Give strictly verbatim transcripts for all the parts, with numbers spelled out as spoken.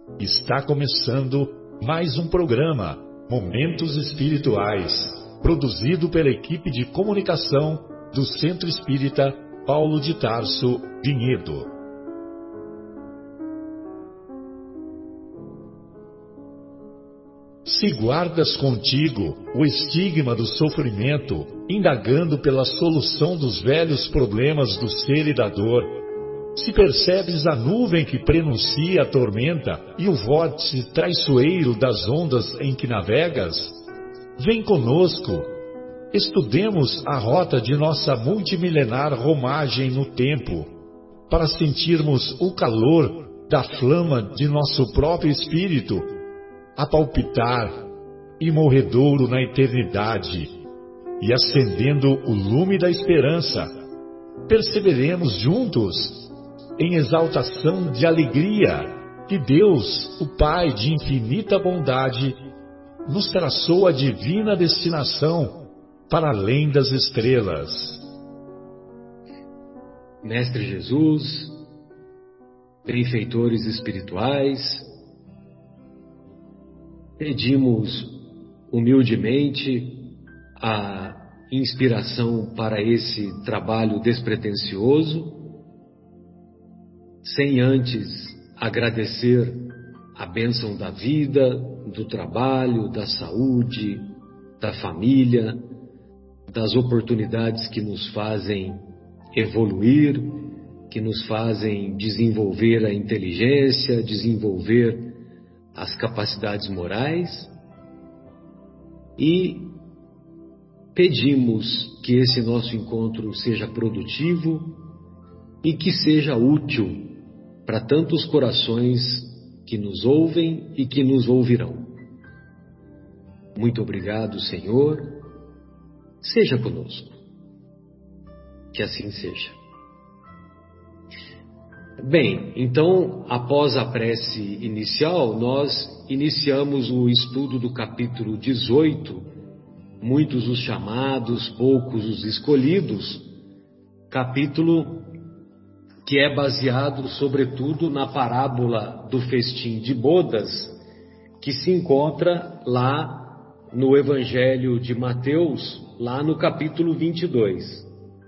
Está começando mais um programa, Momentos Espirituais, produzido pela equipe de comunicação do Centro Espírita Paulo de Tarso, Vinhedo. Se guardas contigo o estigma do sofrimento, indagando pela solução dos velhos problemas do ser e da dor, se percebes a nuvem que prenuncia a tormenta e o vórtice traiçoeiro das ondas em que navegas, vem conosco, estudemos a rota de nossa multimilenar romagem no tempo, para sentirmos o calor da flama de nosso próprio espírito, a palpitar, imorredouro na eternidade, e acendendo o lume da esperança, perceberemos juntos, em exaltação de alegria, que Deus, o Pai de infinita bondade, nos traçou a divina destinação para além das estrelas. Mestre Jesus, benfeitores espirituais, pedimos humildemente a inspiração para esse trabalho despretensioso, sem antes agradecer a bênção da vida, do trabalho, da saúde, da família, das oportunidades que nos fazem evoluir, que nos fazem desenvolver a inteligência, desenvolver as capacidades morais, e pedimos que esse nosso encontro seja produtivo e que seja útil para tantos corações que nos ouvem e que nos ouvirão. Muito obrigado, Senhor. Seja conosco. Que assim seja. Bem, então, após a prece inicial, nós iniciamos o estudo do capítulo dezoito, muitos os chamados, poucos os escolhidos, capítulo que é baseado, sobretudo, na parábola do festim de bodas, que se encontra lá no Evangelho de Mateus, lá no capítulo vinte e dois.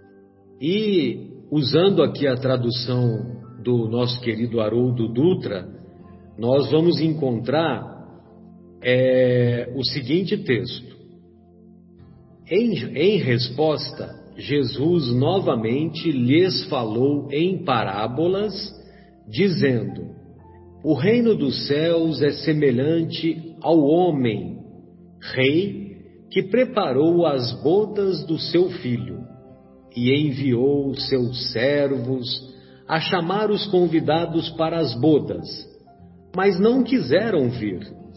E, usando aqui a tradução do nosso querido Haroldo Dutra, nós vamos encontrar é, o seguinte texto. Em, em resposta, Jesus novamente lhes falou em parábolas, dizendo: o reino dos céus é semelhante ao homem, rei, que preparou as bodas do seu filho, e enviou seus servos a chamar os convidados para as bodas, mas não quiseram vir.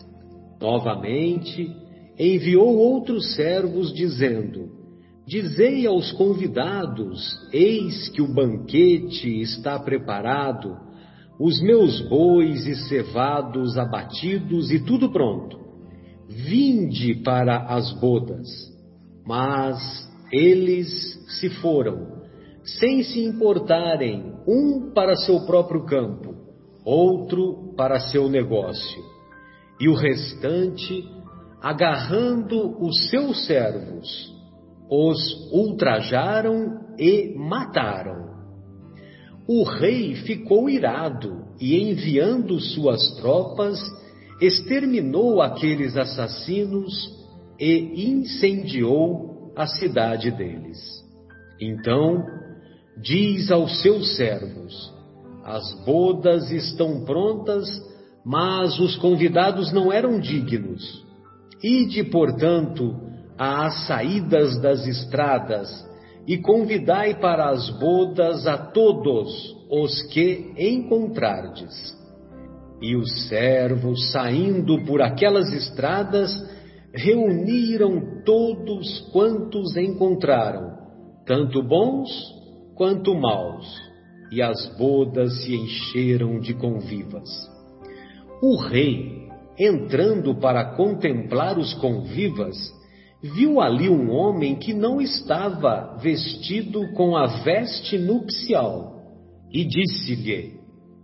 Novamente, enviou outros servos, dizendo: dizei aos convidados, eis que o banquete está preparado, os meus bois e cevados abatidos e tudo pronto. Vinde para as bodas. Mas eles se foram, sem se importarem, um para seu próprio campo, outro para seu negócio, e o restante, agarrando os seus servos, os ultrajaram e mataram. O rei ficou irado e, enviando suas tropas, exterminou aqueles assassinos e incendiou a cidade deles. Então diz aos seus servos: as bodas estão prontas, mas os convidados não eram dignos. Ide, portanto, às saídas das estradas e convidai para as bodas a todos os que encontrardes. E os servos, saindo por aquelas estradas, reuniram todos quantos encontraram, tanto bons quanto maus, e as bodas se encheram de convivas. O rei, entrando para contemplar os convivas, viu ali um homem que não estava vestido com a veste nupcial, e disse-lhe: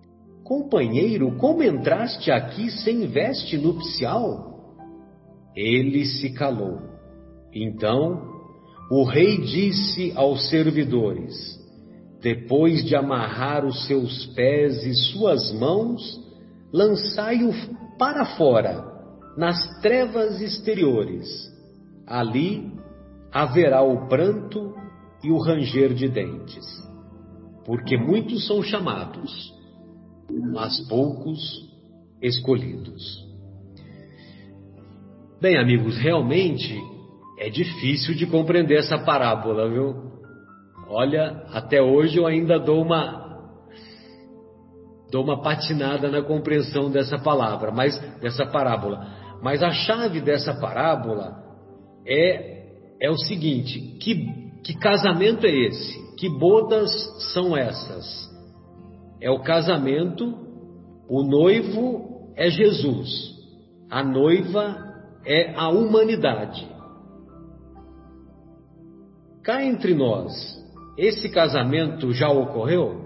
companheiro, como entraste aqui sem veste nupcial? Ele se calou. Então o rei disse aos servidores: depois de amarrar os seus pés e suas mãos, lançai-o para fora, nas trevas exteriores. Ali haverá o pranto e o ranger de dentes, porque muitos são chamados, mas poucos escolhidos. Bem, amigos, realmente é difícil de compreender essa parábola, viu? Olha, até hoje eu ainda dou uma dou uma patinada na compreensão dessa palavra, mas dessa parábola. Mas a chave dessa parábola é é o seguinte: que que casamento é esse? Que bodas são essas? É o casamento, o noivo é Jesus, a noiva é a humanidade. Cá entre nós, esse casamento já ocorreu?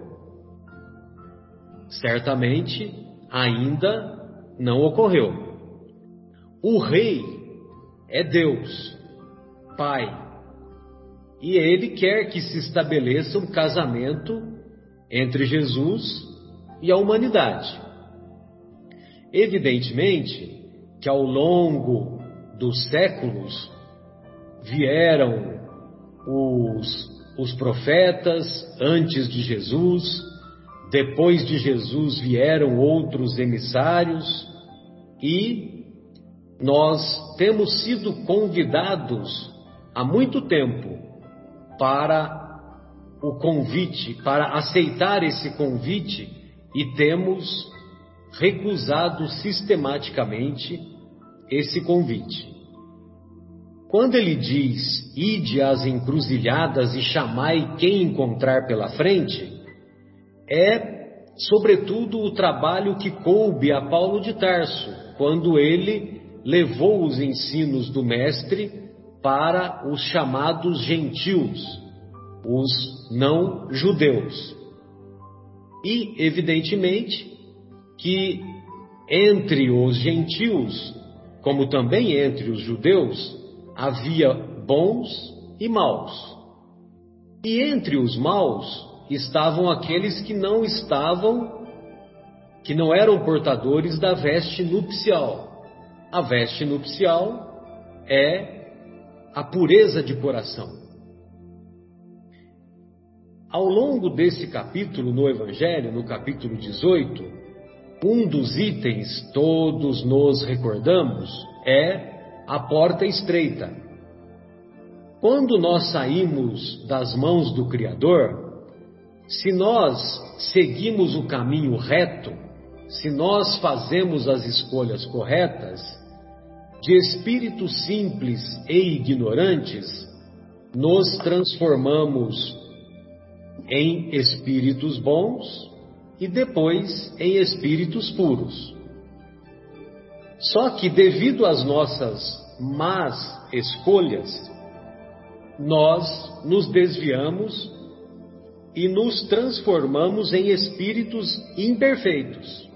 Certamente ainda não ocorreu. O rei é Deus, Pai, e ele quer que se estabeleça um casamento entre Jesus e a humanidade. Evidentemente que ao longo dos séculos vieram os, os profetas antes de Jesus, depois de Jesus vieram outros emissários, e nós temos sido convidados há muito tempo para o convite, para aceitar esse convite, e temos recusado sistematicamente esse convite. Quando ele diz: ide às encruzilhadas e chamai quem encontrar pela frente, é sobretudo o trabalho que coube a Paulo de Tarso, quando ele levou os ensinos do mestre para os chamados gentios, os não judeus. E, evidentemente, que entre os gentios, como também entre os judeus, havia bons e maus. E entre os maus estavam aqueles que não estavam, que não eram portadores da veste nupcial. A veste nupcial é a pureza de coração. Ao longo desse capítulo no Evangelho, no capítulo dezoito, um dos itens, todos nos recordamos, é a porta estreita. Quando nós saímos das mãos do Criador, se nós seguimos o caminho reto, se nós fazemos as escolhas corretas, de espíritos simples e ignorantes, nos transformamos em espíritos bons e depois em espíritos puros. Só que devido às nossas más escolhas, nós nos desviamos e nos transformamos em espíritos imperfeitos.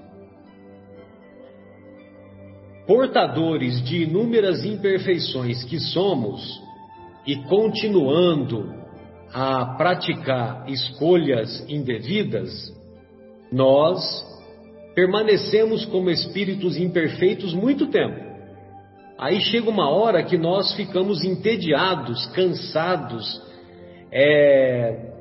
Portadores de inúmeras imperfeições que somos, e continuando a praticar escolhas indevidas, nós permanecemos como espíritos imperfeitos muito tempo. Aí chega uma hora que nós ficamos entediados, cansados, é,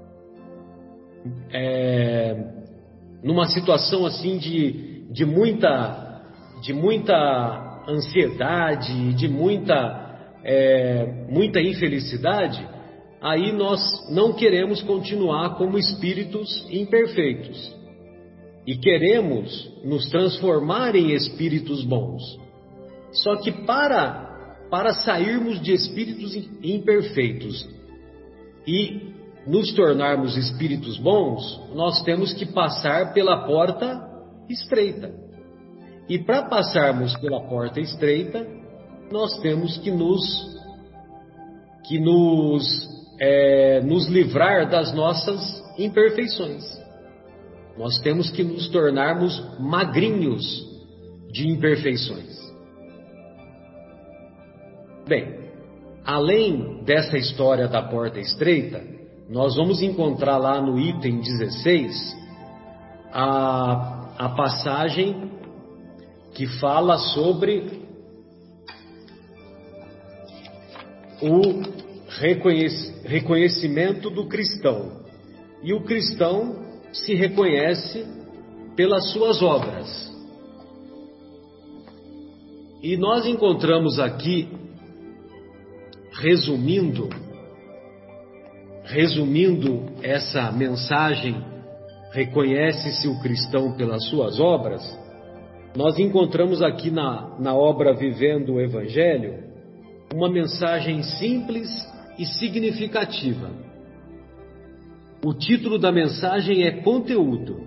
é, numa situação assim de, de muita, de muita ansiedade, de muita, é, muita infelicidade. Aí nós não queremos continuar como espíritos imperfeitos e queremos nos transformar em espíritos bons. Só que para, para sairmos de espíritos imperfeitos e nos tornarmos espíritos bons, nós temos que passar pela porta estreita. E para passarmos pela porta estreita, nós temos que nos, que nos É, nos livrar das nossas imperfeições. Nós temos que nos tornarmos magrinhos de imperfeições. Bem, além dessa história da porta estreita, nós vamos encontrar lá no item dezesseis a, a passagem que fala sobre o reconhecimento do cristão. E o cristão se reconhece pelas suas obras. E nós encontramos aqui, resumindo, resumindo essa mensagem, reconhece-se o cristão pelas suas obras, nós encontramos aqui na, na obra Vivendo o Evangelho, uma mensagem simples e significativa. O título da mensagem é Conteúdo.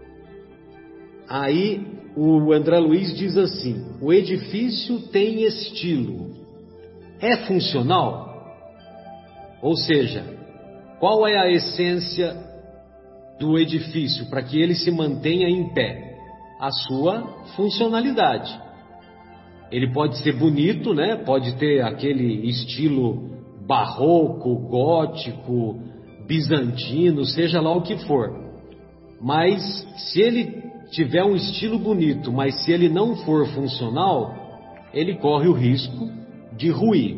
Aí o André Luiz diz assim: o edifício tem estilo. É funcional? Ou seja, qual é a essência do edifício para que ele se mantenha em pé? A sua funcionalidade. Ele pode ser bonito, né? Pode ter aquele estilo barroco, gótico, bizantino, seja lá o que for. Mas se ele tiver um estilo bonito, mas se ele não for funcional, ele corre o risco de ruir.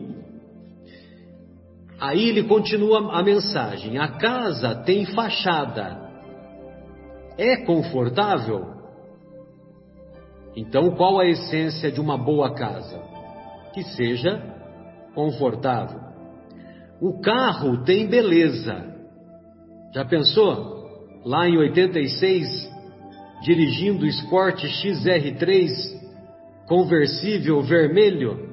Aí ele continua a mensagem: a casa tem fachada. É confortável? Então, qual a essência de uma boa casa? Que seja confortável. O carro tem beleza. Já pensou? Lá em oitenta e seis, dirigindo o Sport X R três conversível vermelho.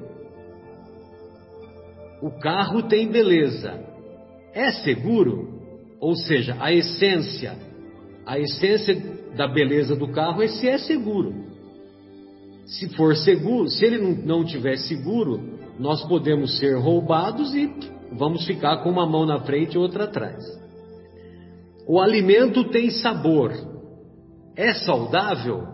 O carro tem beleza. É seguro? Ou seja, a essência, a essência da beleza do carro é se é seguro. Se for seguro, se ele não, não tiver seguro, nós podemos ser roubados e vamos ficar com uma mão na frente e outra atrás. O alimento tem sabor. É saudável?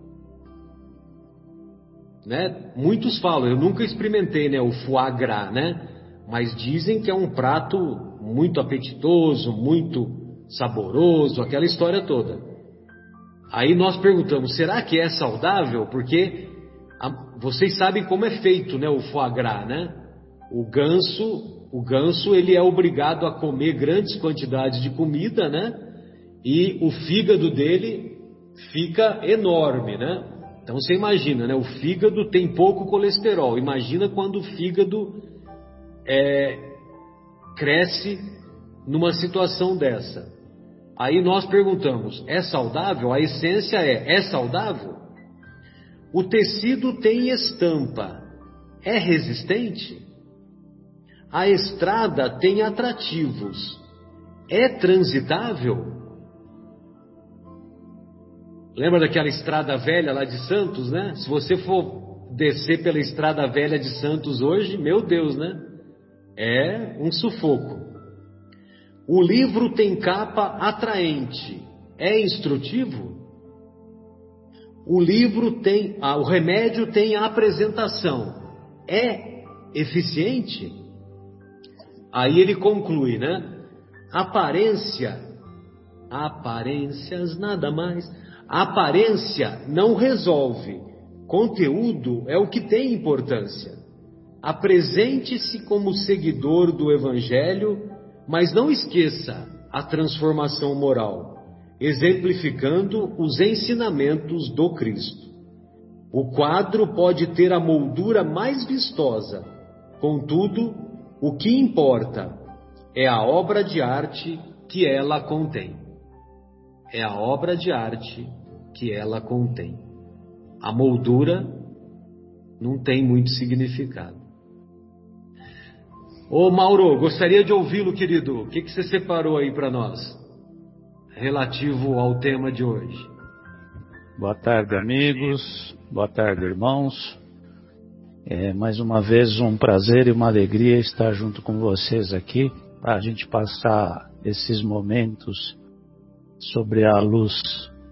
Né? Muitos falam, eu nunca experimentei, né, o foie gras, né? Mas dizem que é um prato muito apetitoso, muito saboroso, aquela história toda. Aí nós perguntamos, será que é saudável? Porque a, vocês sabem como é feito, né, o foie gras, né? O ganso, o ganso ele é obrigado a comer grandes quantidades de comida, né? E o fígado dele fica enorme, né? Então você imagina, né? O fígado tem pouco colesterol. Imagina quando o fígado é, cresce numa situação dessa. Aí nós perguntamos, é saudável? A essência é, é saudável? O tecido tem estampa. É resistente? A estrada tem atrativos. É transitável? Lembra daquela estrada velha lá de Santos, né? Se você for descer pela estrada velha de Santos hoje, meu Deus, né? É um sufoco. O livro tem capa atraente. É instrutivo? O livro tem, ah, o remédio tem apresentação. É eficiente? Aí ele conclui, né? Aparência, aparências nada mais. Aparência não resolve. Conteúdo é o que tem importância. Apresente-se como seguidor do Evangelho, mas não esqueça a transformação moral, exemplificando os ensinamentos do Cristo. O quadro pode ter a moldura mais vistosa, contudo, o que importa é a obra de arte que ela contém. É a obra de arte que ela contém. A moldura não tem muito significado. Ô Mauro, gostaria de ouvi-lo, querido. O que, que você separou aí para nós, relativo ao tema de hoje? Boa tarde, amigos. Boa tarde, irmãos. É mais uma vez um prazer e uma alegria estar junto com vocês aqui, para a gente passar esses momentos sobre a luz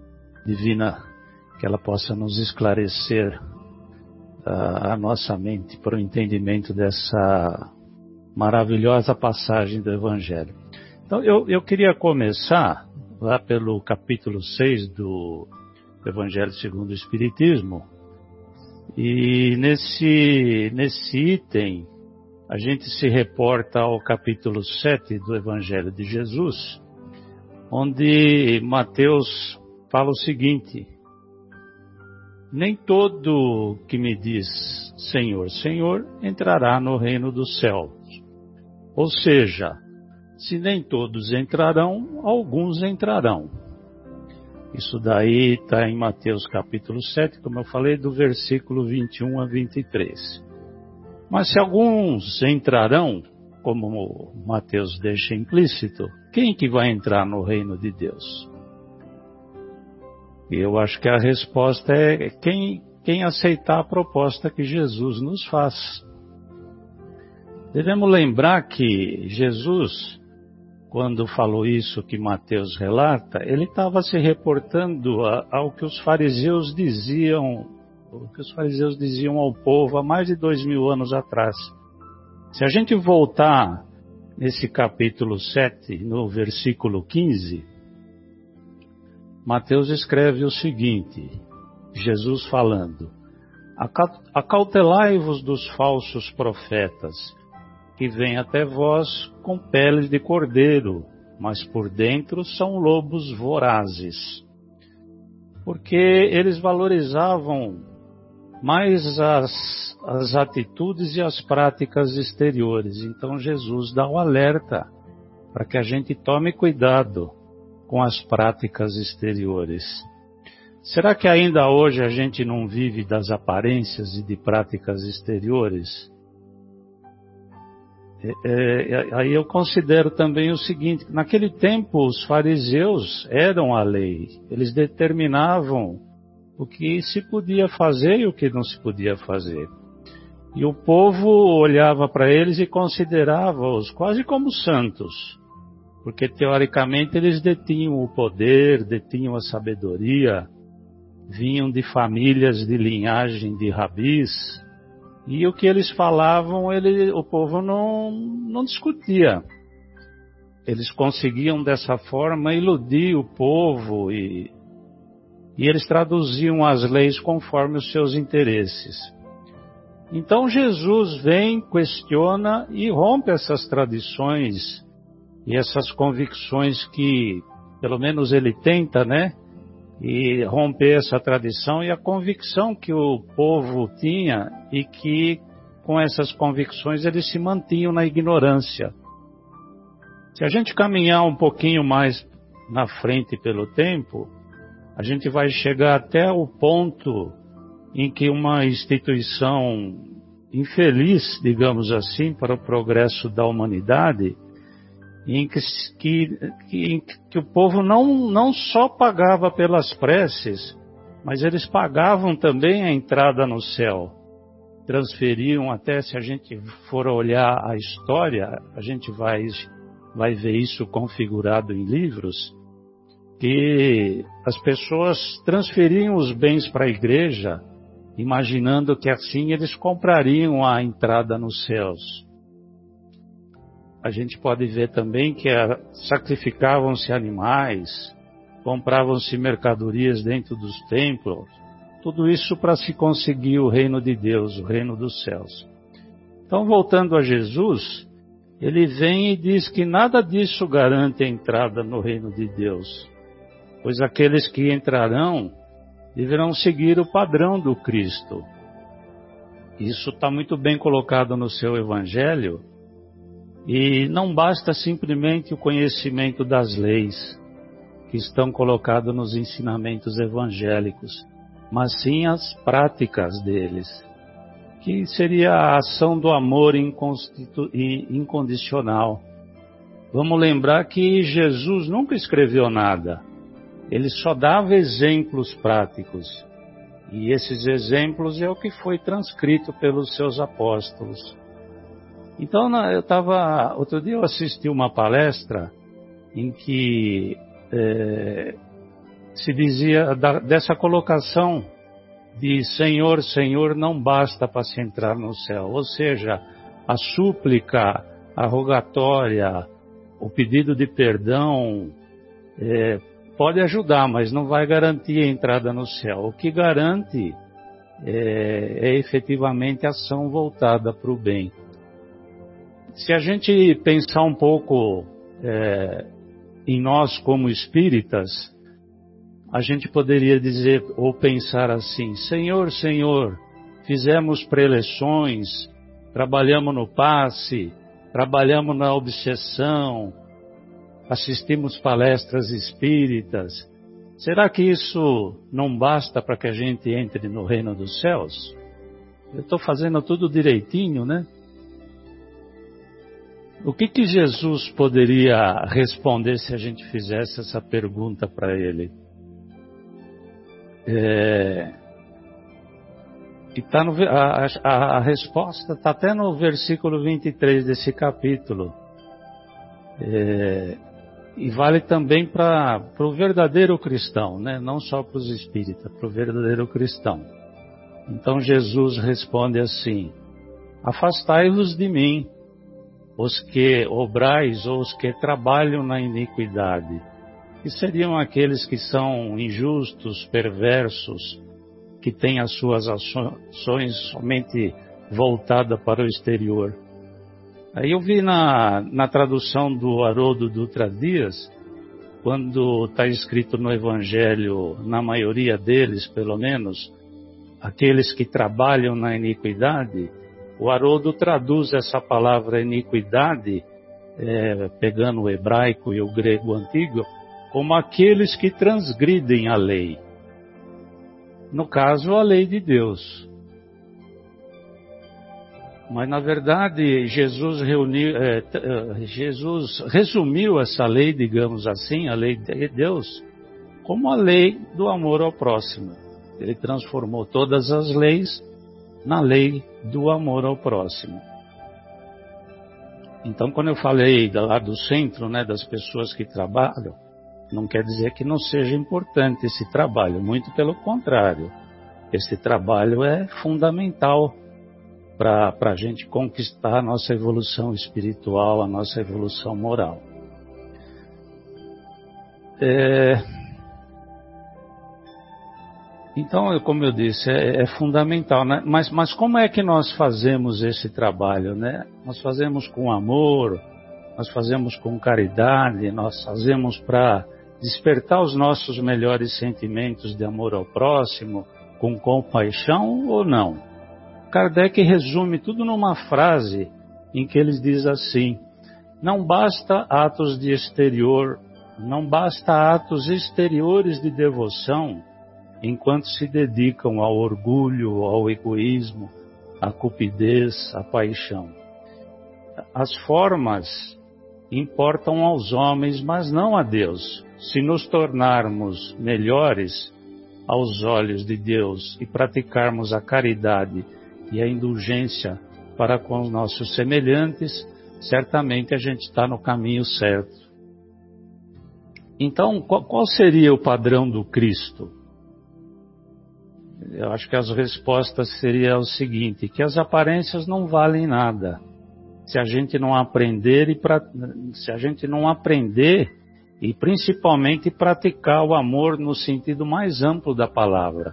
divina, que ela possa nos esclarecer a, a nossa mente para o entendimento dessa maravilhosa passagem do Evangelho. Então, eu, eu queria começar lá pelo capítulo seis do Evangelho segundo o Espiritismo, e nesse, nesse item a gente se reporta ao capítulo sete do Evangelho de Jesus, onde Mateus fala o seguinte: nem todo que me diz Senhor, Senhor, entrará no reino dos céus. Ou seja, se nem todos entrarão, alguns entrarão. Isso daí está em Mateus capítulo sete, como eu falei, do versículo vinte e um a vinte e três. Mas se alguns entrarão, como Mateus deixa implícito, quem que vai entrar no reino de Deus? E eu acho que a resposta é quem, quem aceitar a proposta que Jesus nos faz. Devemos lembrar que Jesus, quando falou isso que Mateus relata, ele estava se reportando a, ao que os fariseus diziam, o que os fariseus diziam ao povo há mais de dois mil anos atrás. Se a gente voltar nesse capítulo sete, no versículo quinze, Mateus escreve o seguinte, Jesus falando: acautelai-vos dos falsos profetas, que vêm até vós com peles de cordeiro, mas por dentro são lobos vorazes. Porque eles valorizavam mais as, as atitudes e as práticas exteriores. Então Jesus dá o alerta para que a gente tome cuidado com as práticas exteriores. Será que ainda hoje a gente não vive das aparências e de práticas exteriores? É, é, aí eu considero também o seguinte: naquele tempo os fariseus eram a lei, eles determinavam o que se podia fazer e o que não se podia fazer. E o povo olhava para eles e considerava-os quase como santos, porque teoricamente eles detinham o poder, detinham a sabedoria, vinham de famílias de linhagem de rabis, e o que eles falavam, ele, o povo não, não discutia. Eles conseguiam dessa forma iludir o povo e, e eles traduziam as leis conforme os seus interesses. Então Jesus vem, questiona e rompe essas tradições e essas convicções que, pelo menos ele tenta, né? E romper essa tradição e a convicção que o povo tinha e que com essas convicções eles se mantinham na ignorância. Se a gente caminhar um pouquinho mais na frente pelo tempo, a gente vai chegar até o ponto em que uma instituição infeliz, digamos assim, para o progresso da humanidade, em que, que, que, que o povo não, não só pagava pelas preces, mas eles pagavam também a entrada no céu. Transferiam até, se a gente for olhar a história, a gente vai, vai ver isso configurado em livros, que as pessoas transferiam os bens para a igreja, imaginando que assim eles comprariam a entrada nos céus. A gente pode ver também que sacrificavam-se animais, compravam-se mercadorias dentro dos templos, tudo isso para se conseguir o reino de Deus, o reino dos céus. Então, voltando a Jesus, ele vem e diz que nada disso garante a entrada no reino de Deus, pois aqueles que entrarão deverão seguir o padrão do Cristo. Isso está muito bem colocado no seu Evangelho. E não basta simplesmente o conhecimento das leis que estão colocadas nos ensinamentos evangélicos, mas sim as práticas deles, que seria a ação do amor incondicional. Vamos lembrar que Jesus nunca escreveu nada, ele só dava exemplos práticos, e esses exemplos é o que foi transcrito pelos seus apóstolos. Então, eu estava, outro dia eu assisti uma palestra em que é, se dizia da, dessa colocação de Senhor, Senhor, não basta para se entrar no céu. Ou seja, a súplica, a rogatória, o pedido de perdão, é, pode ajudar, mas não vai garantir a entrada no céu. O que garante é, é efetivamente a ação voltada para o bem. Se a gente pensar um pouco é, em nós como espíritas, a gente poderia dizer ou pensar assim: Senhor, Senhor, fizemos preleções, trabalhamos no passe, trabalhamos na obsessão, assistimos palestras espíritas. Será que isso não basta para que a gente entre no reino dos céus? Eu estou fazendo tudo direitinho, né? O que que Jesus poderia responder se a gente fizesse essa pergunta para ele? É, e tá no, a, a, a resposta está até no versículo vinte e três desse capítulo. É, e vale também para o verdadeiro cristão, né? Não só para os espíritas, para o verdadeiro cristão. Então Jesus responde assim: afastai-vos de mim, os que obrais ou os que trabalham na iniquidade, que seriam aqueles que são injustos, perversos, que têm as suas ações somente voltadas para o exterior. Aí eu vi na, na tradução do Haroldo Dutra Dias, quando está escrito no Evangelho, na maioria deles, pelo menos, aqueles que trabalham na iniquidade, o Haroldo traduz essa palavra iniquidade, é, pegando o hebraico e o grego antigo, como aqueles que transgridem a lei. No caso, a lei de Deus. Mas, na verdade, Jesus, reuniu, é, Jesus resumiu essa lei, digamos assim, a lei de Deus, como a lei do amor ao próximo. Ele transformou todas as leis na lei do amor ao próximo. Então, quando eu falei lá do centro, né, das pessoas que trabalham, não quer dizer que não seja importante esse trabalho, muito pelo contrário. Esse trabalho é fundamental para a gente conquistar a nossa evolução espiritual, a nossa evolução moral. É... Então, como eu disse, é, é fundamental, né? Mas, mas como é que nós fazemos esse trabalho, né? Nós fazemos com amor, nós fazemos com caridade, nós fazemos para despertar os nossos melhores sentimentos de amor ao próximo, com compaixão ou não? Kardec resume tudo numa frase em que ele diz assim: não basta atos de exterior, não basta atos exteriores de devoção, enquanto se dedicam ao orgulho, ao egoísmo, à cupidez, à paixão. As formas importam aos homens, mas não a Deus. Se nos tornarmos melhores aos olhos de Deus e praticarmos a caridade e a indulgência para com os nossos semelhantes, certamente a gente está no caminho certo. Então, qual seria o padrão do Cristo? Eu acho que as respostas seriam o seguinte: que as aparências não valem nada. Se a gente não aprender e pra, se a gente não aprender e principalmente praticar o amor no sentido mais amplo da palavra.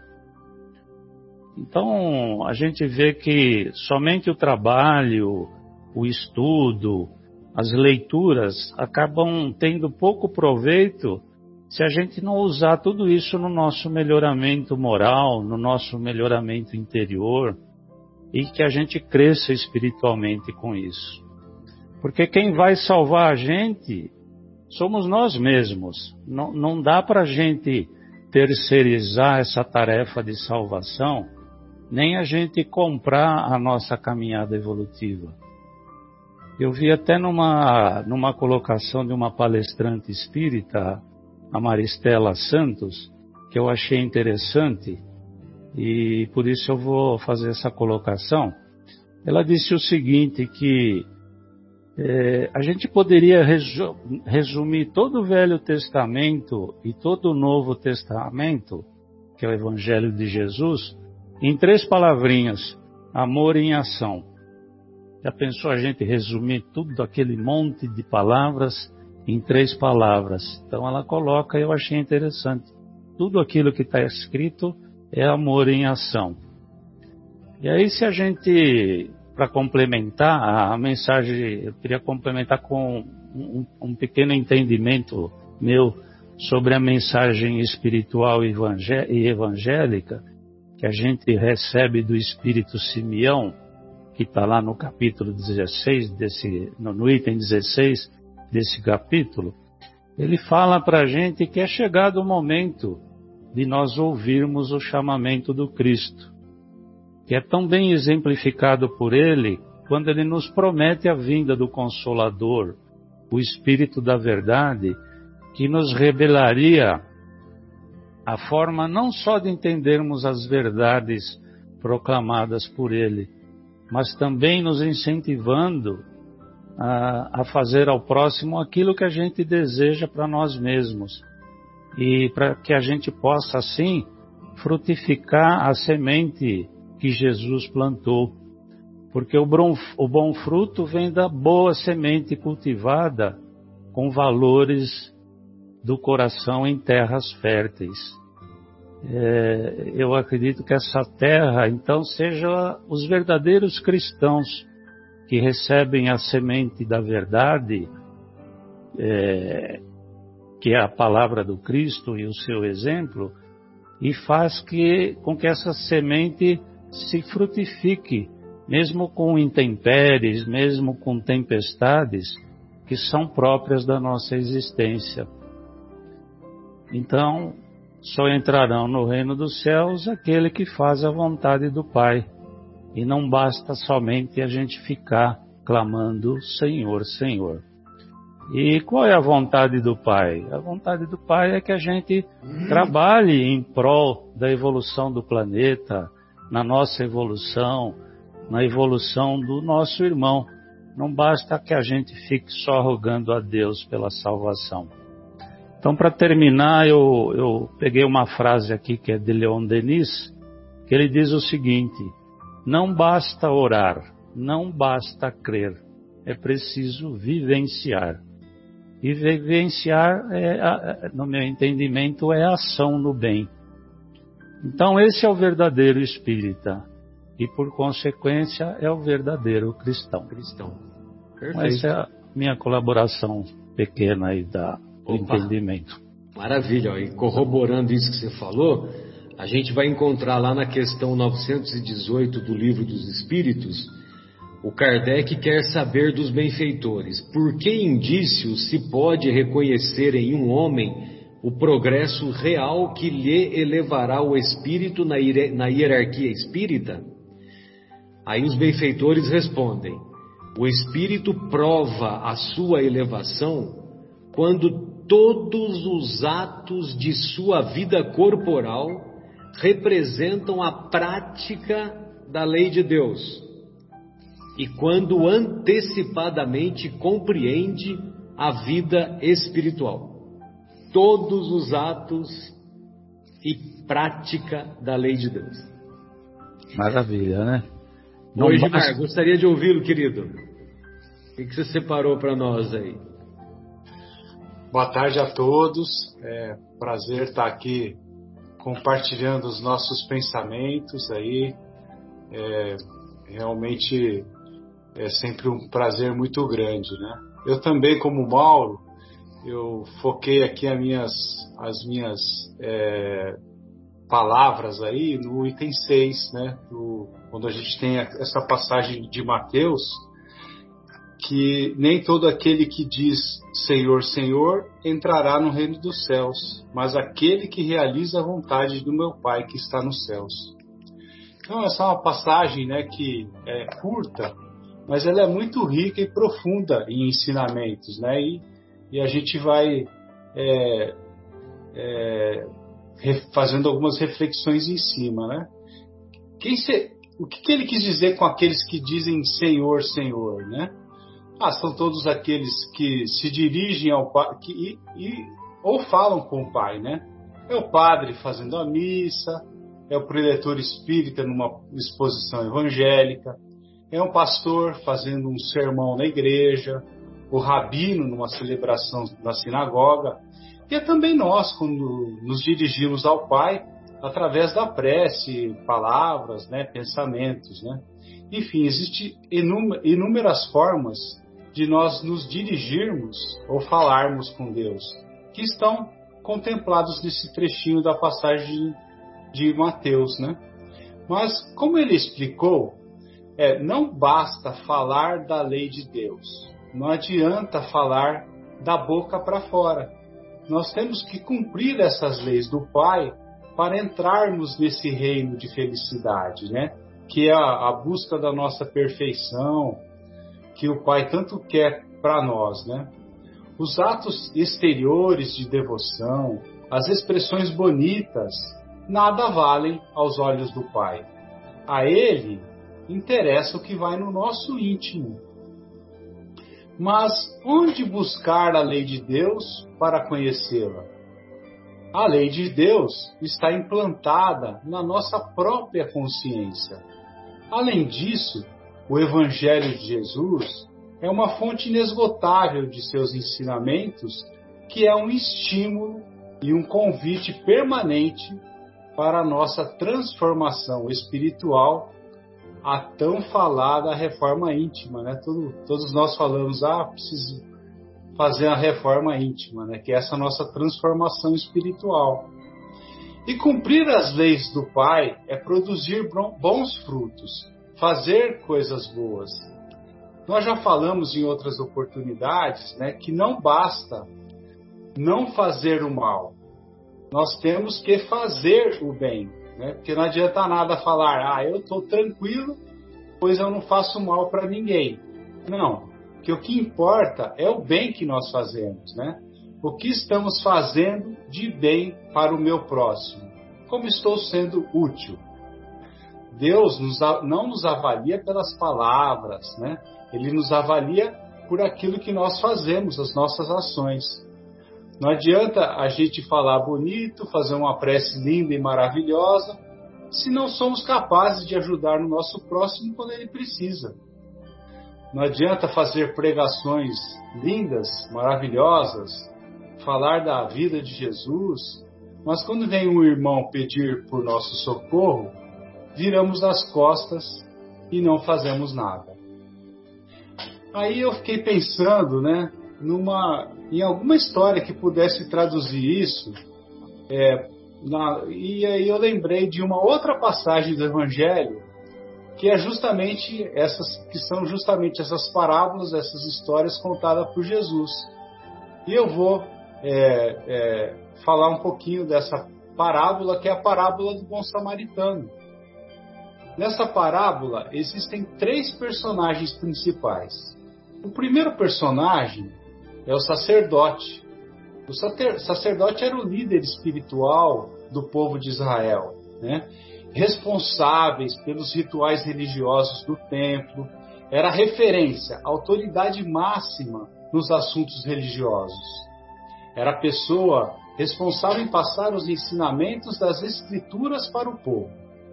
Então, a gente vê que somente o trabalho, o estudo, as leituras acabam tendo pouco proveito se a gente não usar tudo isso no nosso melhoramento moral, no nosso melhoramento interior, e que a gente cresça espiritualmente com isso. Porque quem vai salvar a gente somos nós mesmos. Não, não dá para a gente terceirizar essa tarefa de salvação, nem a gente comprar a nossa caminhada evolutiva. Eu vi até numa, numa colocação de uma palestrante espírita, a Maristela Santos, que eu achei interessante, e por isso eu vou fazer essa colocação. Ela disse o seguinte, que É, a gente poderia resu- resumir todo o Velho Testamento e todo o Novo Testamento, que é o Evangelho de Jesus, em três palavrinhas: amor em ação. Já pensou a gente resumir tudo aquele monte de palavras em três palavras? Então ela coloca, eu achei interessante, tudo aquilo que está escrito é amor em ação. E aí, se a gente, para complementar a mensagem, eu queria complementar com um, um pequeno entendimento meu sobre a mensagem espiritual e evangélica que a gente recebe do Espírito Simeão, que está lá no capítulo dezesseis, desse, no, no item dezesseis desse capítulo. Ele fala para a gente que é chegado o momento de nós ouvirmos o chamamento do Cristo, que é tão bem exemplificado por ele quando ele nos promete a vinda do Consolador, o Espírito da Verdade, que nos revelaria a forma não só de entendermos as verdades proclamadas por ele, mas também nos incentivando a, a fazer ao próximo aquilo que a gente deseja para nós mesmos, e para que a gente possa, assim, frutificar a semente que Jesus plantou. Porque o bom, o bom fruto vem da boa semente cultivada com valores do coração em terras férteis. É, eu acredito que essa terra, então, seja os verdadeiros cristãos que recebem a semente da verdade, é, que é a palavra do Cristo e o seu exemplo, e faz que, com que essa semente se frutifique, mesmo com intempéries, mesmo com tempestades, que são próprias da nossa existência. Então, só entrarão no reino dos céus aquele que faz a vontade do Pai. E não basta somente a gente ficar clamando Senhor, Senhor. E qual é a vontade do Pai? A vontade do Pai é que a gente trabalhe em prol da evolução do planeta, na nossa evolução, na evolução do nosso irmão. Não basta que a gente fique só rogando a Deus pela salvação. Então, para terminar, eu, eu peguei uma frase aqui que é de Leon Denis, que ele diz o seguinte: não basta orar, não basta crer, é preciso vivenciar. E vivenciar, é, no meu entendimento, é ação no bem. Então, esse é o verdadeiro espírita. E, por consequência, é o verdadeiro cristão. Cristão. Perfeito. Essa é a minha colaboração pequena aí da, do Opa. entendimento. Maravilha. Ó. E corroborando isso que você falou, a gente vai encontrar lá na questão novecentos e dezoito do Livro dos Espíritos, o Kardec quer saber dos benfeitores. Por que indícios se pode reconhecer em um homem o progresso real que lhe elevará o espírito na hierarquia espírita? Aí os benfeitores respondem: o espírito prova a sua elevação quando todos os atos de sua vida corporal representam a prática da lei de Deus, e quando antecipadamente compreende a vida espiritual. Todos os atos e prática da lei de Deus. Maravilha, né? Não Oi, basta... Gilmar, gostaria de ouvi-lo, querido. O que você separou para nós aí? Boa tarde a todos. É um prazer estar aqui compartilhando os nossos pensamentos aí. É, realmente é sempre um prazer muito grande, né? Eu também, como Mauro, eu foquei aqui as minhas, as minhas é, palavras aí no item seis, né? Do, quando a gente tem essa passagem de Mateus, que nem todo aquele que diz Senhor, Senhor, entrará no reino dos céus, mas aquele que realiza a vontade do meu Pai que está nos céus. Então, essa é uma passagem, né, que é curta, mas ela é muito rica e profunda em ensinamentos, né? E, e a gente vai é, é, fazendo algumas reflexões em cima, né? Quem se, o que, que ele quis dizer com aqueles que dizem Senhor, Senhor, né? Ah, são todos aqueles que se dirigem ao Pai que, e, e, ou falam com o Pai, né? É o padre fazendo a missa, é o preletor espírita numa exposição evangélica, é um pastor fazendo um sermão na igreja, o rabino numa celebração na sinagoga, e é também nós quando nos dirigimos ao Pai através da prece, palavras, né, pensamentos, né? Enfim, existem inúmeras formas de nós nos dirigirmos ou falarmos com Deus, que estão contemplados nesse trechinho da passagem de Mateus, né? Mas, como ele explicou, é, não basta falar da lei de Deus, não adianta falar da boca para fora. Nós temos que cumprir essas leis do Pai para entrarmos nesse reino de felicidade, né? Que é a, a busca da nossa perfeição, que o Pai tanto quer para nós, né? Os atos exteriores de devoção, as expressões bonitas, nada valem aos olhos do Pai. A Ele interessa o que vai no nosso íntimo. Mas onde buscar a lei de Deus para conhecê-la? A lei de Deus está implantada na nossa própria consciência. Além disso, o Evangelho de Jesus é uma fonte inesgotável de seus ensinamentos, que é um estímulo e um convite permanente para a nossa transformação espiritual, a tão falada reforma íntima, né? Todo, todos nós falamos, ah, preciso fazer a reforma íntima, né? Que é essa nossa transformação espiritual. E cumprir as leis do Pai é produzir bons frutos, fazer coisas boas. Nós já falamos em outras oportunidades, né, que não basta não fazer o mal. Nós temos que fazer o bem, né? Porque não adianta nada falar, ah, eu estou tranquilo, pois eu não faço mal para ninguém. Não, porque o que importa é o bem que nós fazemos, né? O que estamos fazendo de bem para o meu próximo? Como estou sendo útil? Deus nos, não nos avalia pelas palavras, né? Ele nos avalia por aquilo que nós fazemos, as nossas ações. Não adianta a gente falar bonito, fazer uma prece linda e maravilhosa, se não somos capazes de ajudar no nosso próximo quando ele precisa. Não adianta fazer pregações lindas, maravilhosas, falar da vida de Jesus, mas quando vem um irmão pedir por nosso socorro, viramos as costas e não fazemos nada. Aí eu fiquei pensando, né, numa, em alguma história que pudesse traduzir isso, é, na, e aí eu lembrei de uma outra passagem do Evangelho, que é justamente essas, que são justamente essas parábolas, essas histórias contadas por Jesus. E eu vou é, é, falar um pouquinho dessa parábola, que é a parábola do bom samaritano. Nessa parábola existem três personagens principais. O primeiro personagem é o sacerdote. O sacerdote era o líder espiritual do povo de Israel, né? Responsáveis pelos rituais religiosos do templo, era referência, autoridade máxima nos assuntos religiosos. Era a pessoa responsável em passar os ensinamentos das Escrituras para o povo.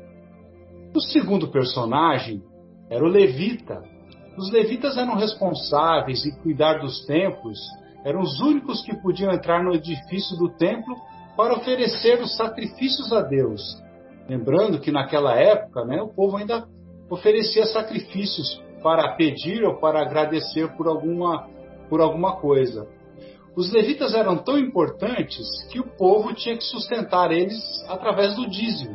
O segundo personagem era o levita. Os levitas eram responsáveis em cuidar dos templos, eram os únicos que podiam entrar no edifício do templo para oferecer os sacrifícios a Deus. Lembrando que naquela época, né, o povo ainda oferecia sacrifícios para pedir ou para agradecer por alguma, por alguma coisa. Os levitas eram tão importantes que o povo tinha que sustentar eles através do dízimo.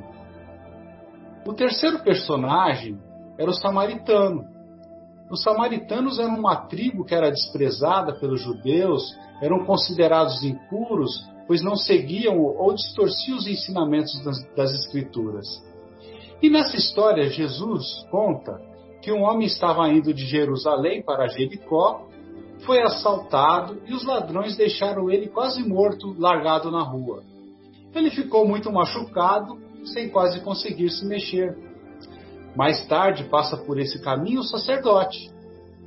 O terceiro personagem era o samaritano. Os samaritanos eram uma tribo que era desprezada pelos judeus, eram considerados impuros, pois não seguiam ou distorciam os ensinamentos das, das Escrituras. E nessa história, Jesus conta que um homem estava indo de Jerusalém para Jericó, foi assaltado e os ladrões deixaram ele quase morto, largado na rua. Ele ficou muito machucado, sem quase conseguir se mexer. Mais tarde passa por esse caminho o sacerdote.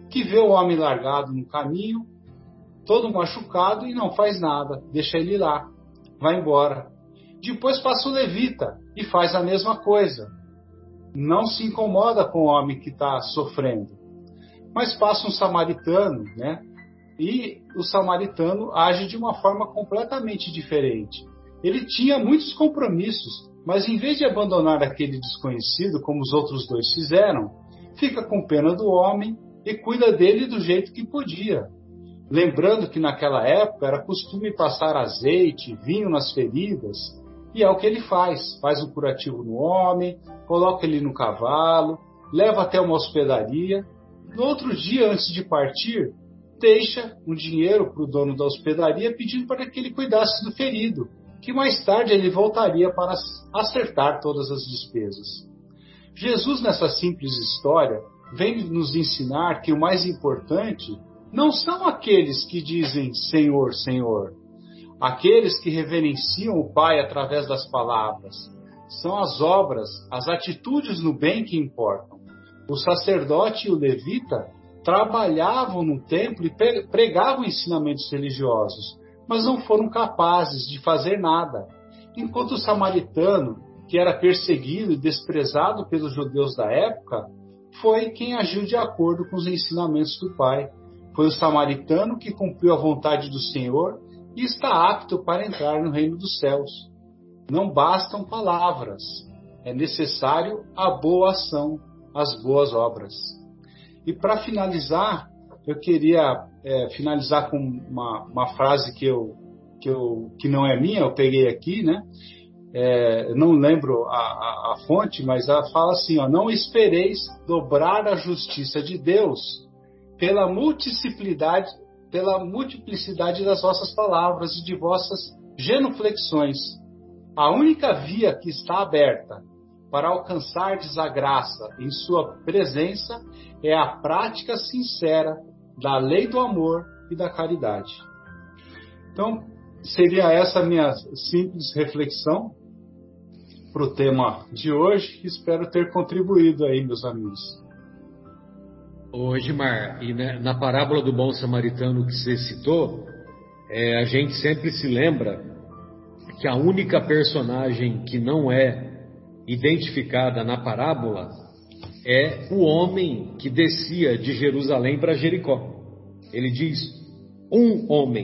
que vê o homem largado no caminho, todo machucado, e não faz nada, deixa ele lá, vai embora. Depois passa o levita e faz a mesma coisa. Não se incomoda com o homem que está sofrendo. Mas passa um samaritano, né? E o samaritano age de uma forma completamente diferente. Ele tinha muitos compromissos, mas em vez de abandonar aquele desconhecido, como os outros dois fizeram, fica com pena do homem e cuida dele do jeito que podia. Lembrando que naquela época era costume passar azeite, vinho nas feridas, e é o que ele faz. Faz um curativo no homem, coloca ele no cavalo, leva até uma hospedaria. No outro dia, antes de partir, deixa um dinheiro para o dono da hospedaria pedindo para que ele cuidasse do ferido, que mais tarde ele voltaria para acertar todas as despesas. Jesus, nessa simples história, vem nos ensinar que o mais importante não são aqueles que dizem Senhor, Senhor, aqueles que reverenciam o Pai através das palavras. São as obras, as atitudes no bem que importam. O sacerdote e o levita trabalhavam no templo e pregavam ensinamentos religiosos, mas não foram capazes de fazer nada. Enquanto o samaritano, que era perseguido e desprezado pelos judeus da época, foi quem agiu de acordo com os ensinamentos do Pai. Foi o samaritano que cumpriu a vontade do Senhor e está apto para entrar no reino dos céus. Não bastam palavras, é necessário a boa ação, as boas obras. E para finalizar, eu queria é, finalizar com uma, uma frase que, eu, que, eu, que não é minha, eu peguei aqui, né? É, não lembro a, a, a fonte, mas ela fala assim, ó, não espereis dobrar a justiça de Deus pela multiplicidade, pela multiplicidade das vossas palavras e de vossas genuflexões. A única via que está aberta para alcançardes a graça em sua presença é a prática sincera da lei do amor e da caridade. Então, seria essa a minha simples reflexão para o tema de hoje. Espero ter contribuído aí, meus amigos. Ô, Edmar, e né, na parábola do bom samaritano que você citou, é, a gente sempre se lembra que a única personagem que não é identificada na parábola é o homem que descia de Jerusalém para Jericó. Ele diz, um homem.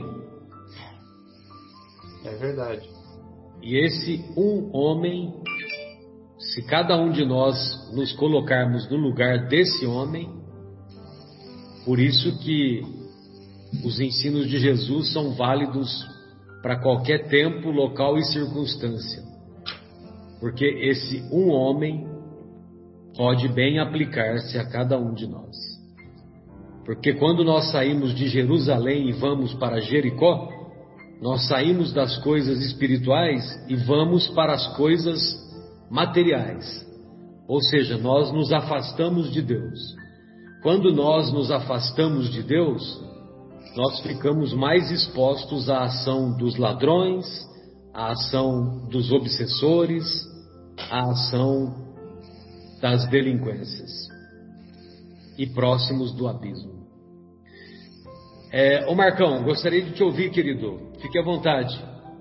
É verdade. E esse um homem, se cada um de nós nos colocarmos no lugar desse homem, por isso que os ensinos de Jesus são válidos para qualquer tempo, local e circunstância. Porque esse um homem pode bem aplicar-se a cada um de nós. Porque quando nós saímos de Jerusalém e vamos para Jericó, nós saímos das coisas espirituais e vamos para as coisas materiais. Ou seja, nós nos afastamos de Deus. Quando nós nos afastamos de Deus, nós ficamos mais expostos à ação dos ladrões, à ação dos obsessores, à ação das delinquências e próximos do abismo. É, ô Marcão, gostaria de te ouvir, querido. Fique à vontade.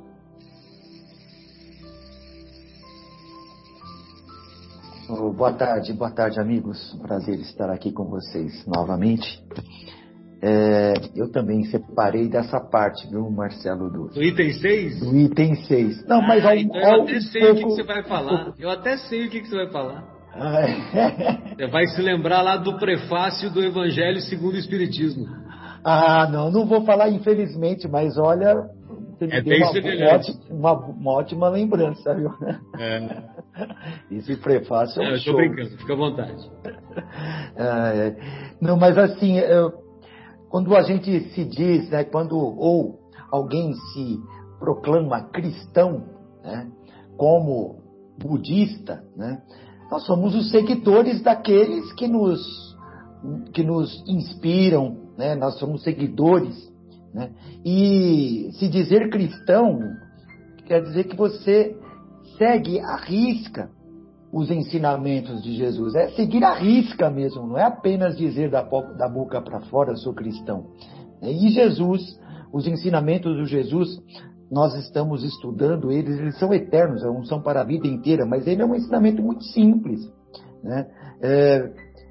Oh, boa tarde, boa tarde, amigos. Prazer estar aqui com vocês novamente. É, eu também separei dessa parte, viu, Marcelo? Do, do item seis? Do item seis. Não, mas ah, ao, então ao, eu até sei pouco, o que, que você vai falar. Eu até sei o que, que você vai falar. Ah, é. Você vai se lembrar lá do prefácio do Evangelho segundo o Espiritismo. Ah, não, não vou falar, infelizmente, mas olha, você me é deu bem uma, semelhante. Uma, uma ótima lembrança, viu? É. Esse prefácio é um não, eu show. tô brincando, fica à vontade. Ah, é. Não, mas assim, eu, quando a gente se diz, né, quando ou alguém se proclama cristão, né, como budista, né, nós somos os seguidores daqueles que nos, que nos inspiram, né, nós somos seguidores, né, e se dizer cristão quer dizer que você segue à risca os ensinamentos de Jesus, é seguir à risca mesmo, não é apenas dizer da, da boca para fora, sou cristão. E Jesus, os ensinamentos de Jesus, nós estamos estudando eles, eles são eternos, não são para a vida inteira, mas ele é um ensinamento muito simples, né? É,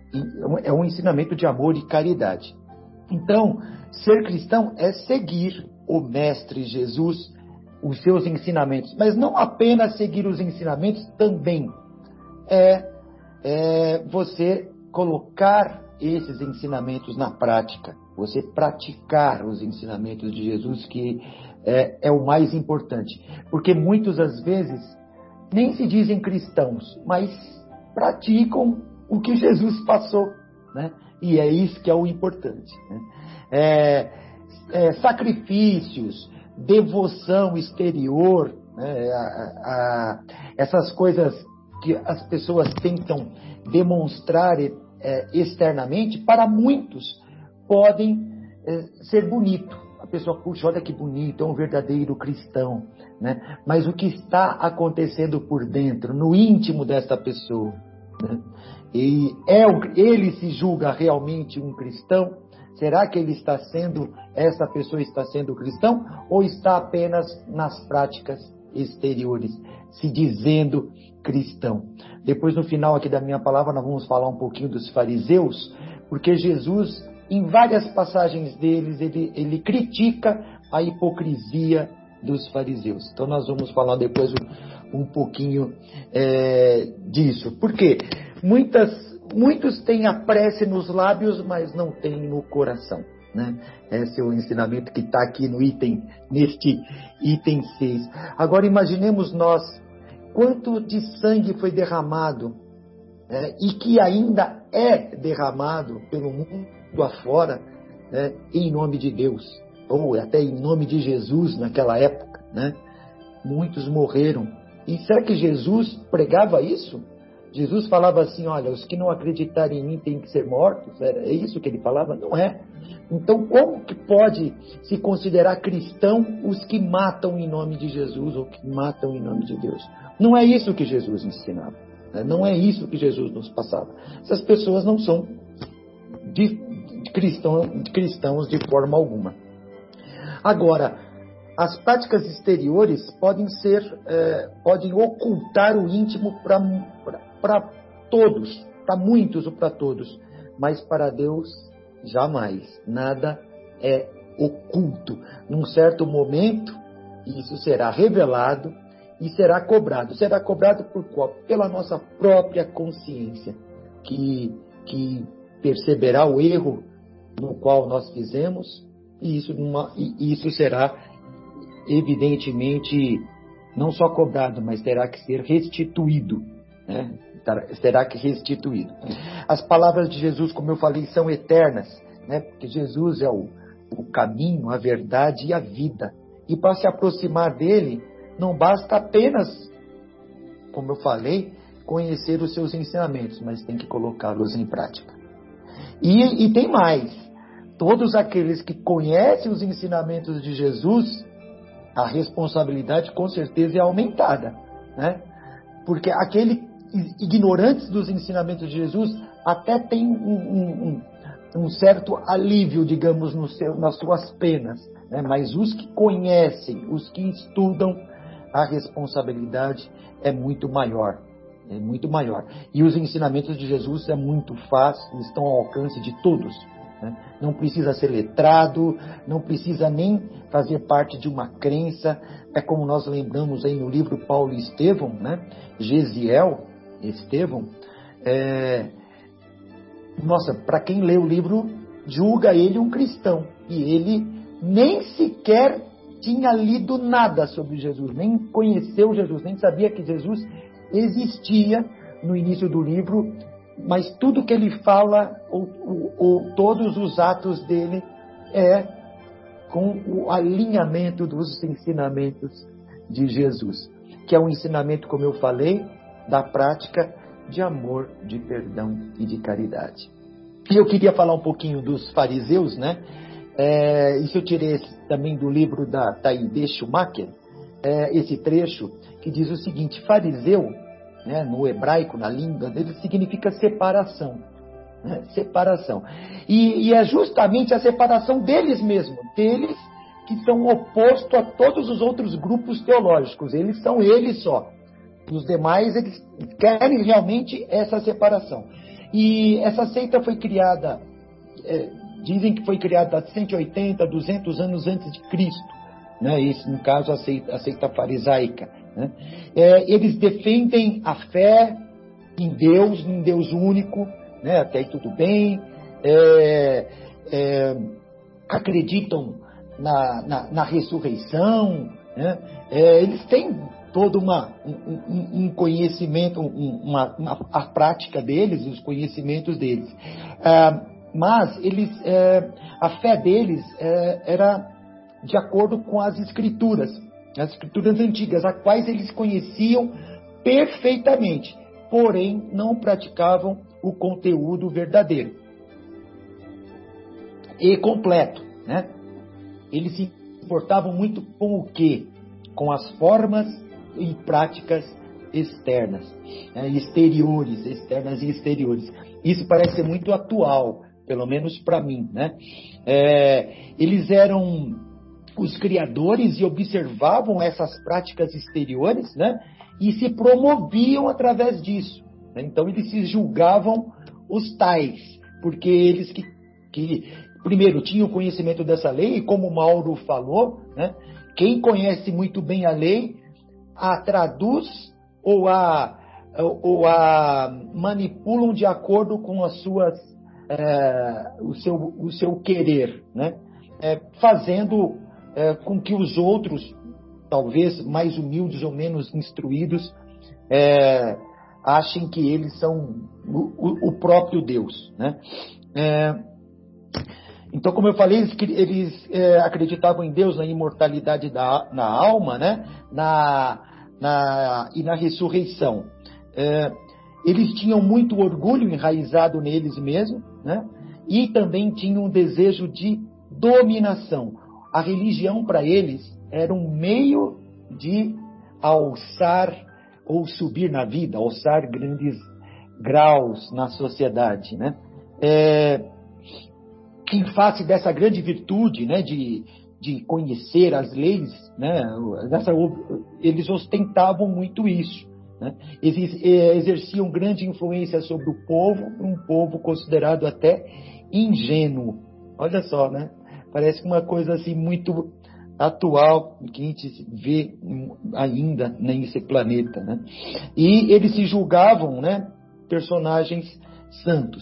é um ensinamento de amor e caridade. Então, ser cristão é seguir o Mestre Jesus, os seus ensinamentos, mas não apenas seguir os ensinamentos, também é, é você colocar esses ensinamentos na prática, você praticar os ensinamentos de Jesus, que é, é o mais importante. Porque muitas das vezes nem se dizem cristãos, mas praticam o que Jesus passou, né? E é isso que é o importante, né? É, é, sacrifícios, devoção exterior, né? a, a, essas coisas que as pessoas tentam demonstrar é, externamente, para muitos podem é, ser bonito. A pessoa, puxa, olha que bonito, é um verdadeiro cristão, né? Mas o que está acontecendo por dentro, no íntimo dessa pessoa, né? E é, ele se julga realmente um cristão? Será que ele está sendo, essa pessoa está sendo cristão? Ou está apenas nas práticas exteriores, se dizendo cristão? Depois, no final aqui da minha palavra, nós vamos falar um pouquinho dos fariseus, porque Jesus, em várias passagens deles, ele, ele critica a hipocrisia dos fariseus. Então nós vamos falar depois um, um pouquinho é, disso. Por quê? Muitas, muitos têm a prece nos lábios, mas não têm no coração, né? Esse é o ensinamento que está aqui no item, neste item seis. Agora imaginemos nós, quanto de sangue foi derramado, né, e que ainda é derramado pelo mundo afora, né, em nome de Deus, ou até em nome de Jesus naquela época, né? Muitos morreram. E será que Jesus pregava isso? Jesus falava assim, olha, os que não acreditarem em mim têm que ser mortos? É isso que ele falava? Não é. Então, como que pode se considerar cristão os que matam em nome de Jesus ou que matam em nome de Deus? Não é isso que Jesus ensinava, né? Não é isso que Jesus nos passava. Essas pessoas não são de, de, cristão, de cristãos de forma alguma. Agora, as práticas exteriores podem ser, é, podem ocultar o íntimo para todos, para muitos ou para todos, mas para Deus jamais. Nada é oculto. Num certo momento, isso será revelado e será cobrado. Será cobrado por qual? Pela nossa própria consciência, que, que perceberá o erro no qual nós fizemos, e isso, numa, e isso será evidentemente não só cobrado, mas terá que ser restituído, né? Será que restituído. As palavras de Jesus, como eu falei, são eternas, né? Porque Jesus é o, o caminho, a verdade e a vida. E para se aproximar dele, não basta apenas, como eu falei, conhecer os seus ensinamentos, mas tem que colocá-los em prática. E, e tem mais. Todos aqueles que conhecem os ensinamentos de Jesus, a responsabilidade com certeza é aumentada, né? Porque aqueles ignorantes dos ensinamentos de Jesus até tem um, um, um certo alívio, digamos, no seu, nas suas penas, né? Mas os que conhecem, os que estudam, a responsabilidade é muito maior, é muito maior. E os ensinamentos de Jesus é muito fácil, estão ao alcance de todos. Não precisa ser letrado, não precisa nem fazer parte de uma crença. É como nós lembramos aí no livro Paulo e Estevão, né? Gesiel, Estevão. É... Nossa, para quem lê o livro, julga ele um cristão. E ele nem sequer tinha lido nada sobre Jesus, nem conheceu Jesus, nem sabia que Jesus existia no início do livro. Mas tudo que ele fala, ou, ou, ou todos os atos dele, é com o alinhamento dos ensinamentos de Jesus, que é um ensinamento, como eu falei, da prática de amor, de perdão e de caridade. E eu queria falar um pouquinho dos fariseus, né? É, isso eu tirei também do livro da Taide Schumacher, é, esse trecho que diz o seguinte: fariseu né, no hebraico, na língua deles, significa separação. Né, separação. E, e é justamente a separação deles mesmos, deles que são oposto a todos os outros grupos teológicos. Eles são eles só. Os demais, eles querem realmente essa separação. E essa seita foi criada, é, dizem que foi criada há cento e oitenta, duzentos anos antes de Cristo. Né? Isso, no caso, a seita, a seita farisaica. Né? É, eles defendem a fé em Deus, em Deus único, né? Até aí tudo bem. É, é, acreditam Na, na, na ressurreição, né? É, eles têm todo uma, um, um conhecimento, uma, uma, a prática deles, os conhecimentos deles. Ah, mas eles, é, a fé deles é, era de acordo com as escrituras, as escrituras antigas, as quais eles conheciam perfeitamente, porém não praticavam o conteúdo verdadeiro e completo, né? Eles se importavam muito com o quê? Com as formas e práticas externas, né? exteriores, externas e exteriores. Isso parece ser muito atual, pelo menos para mim, né? É, eles eram os criadores e observavam essas práticas exteriores, né? E se promoviam através disso. Né? Então eles se julgavam os tais, porque eles que, que primeiro, tinha o conhecimento dessa lei, e como o Mauro falou, né, quem conhece muito bem a lei, a traduz ou a, ou a manipulam de acordo com as suas, é, o, seu, o seu querer, né, é, fazendo é, com que os outros, talvez mais humildes ou menos instruídos, é, achem que eles são o, o próprio Deus. Né? É, Então, como eu falei, eles, eles é, acreditavam em Deus, na imortalidade da na alma, né? na, na, e na ressurreição. É, eles tinham muito orgulho enraizado neles mesmos, né? E também tinham um desejo de dominação. A religião, para eles, era um meio de alçar ou subir na vida, alçar grandes graus na sociedade. Né? É, em face dessa grande virtude, né, de, de conhecer as leis, né, dessa, eles ostentavam muito isso. Né, eles exerciam grande influência sobre o povo, um povo considerado até ingênuo. Olha só, né? Parece uma coisa assim muito atual que a gente vê ainda nesse planeta. Né? E eles se julgavam, né, personagens santos.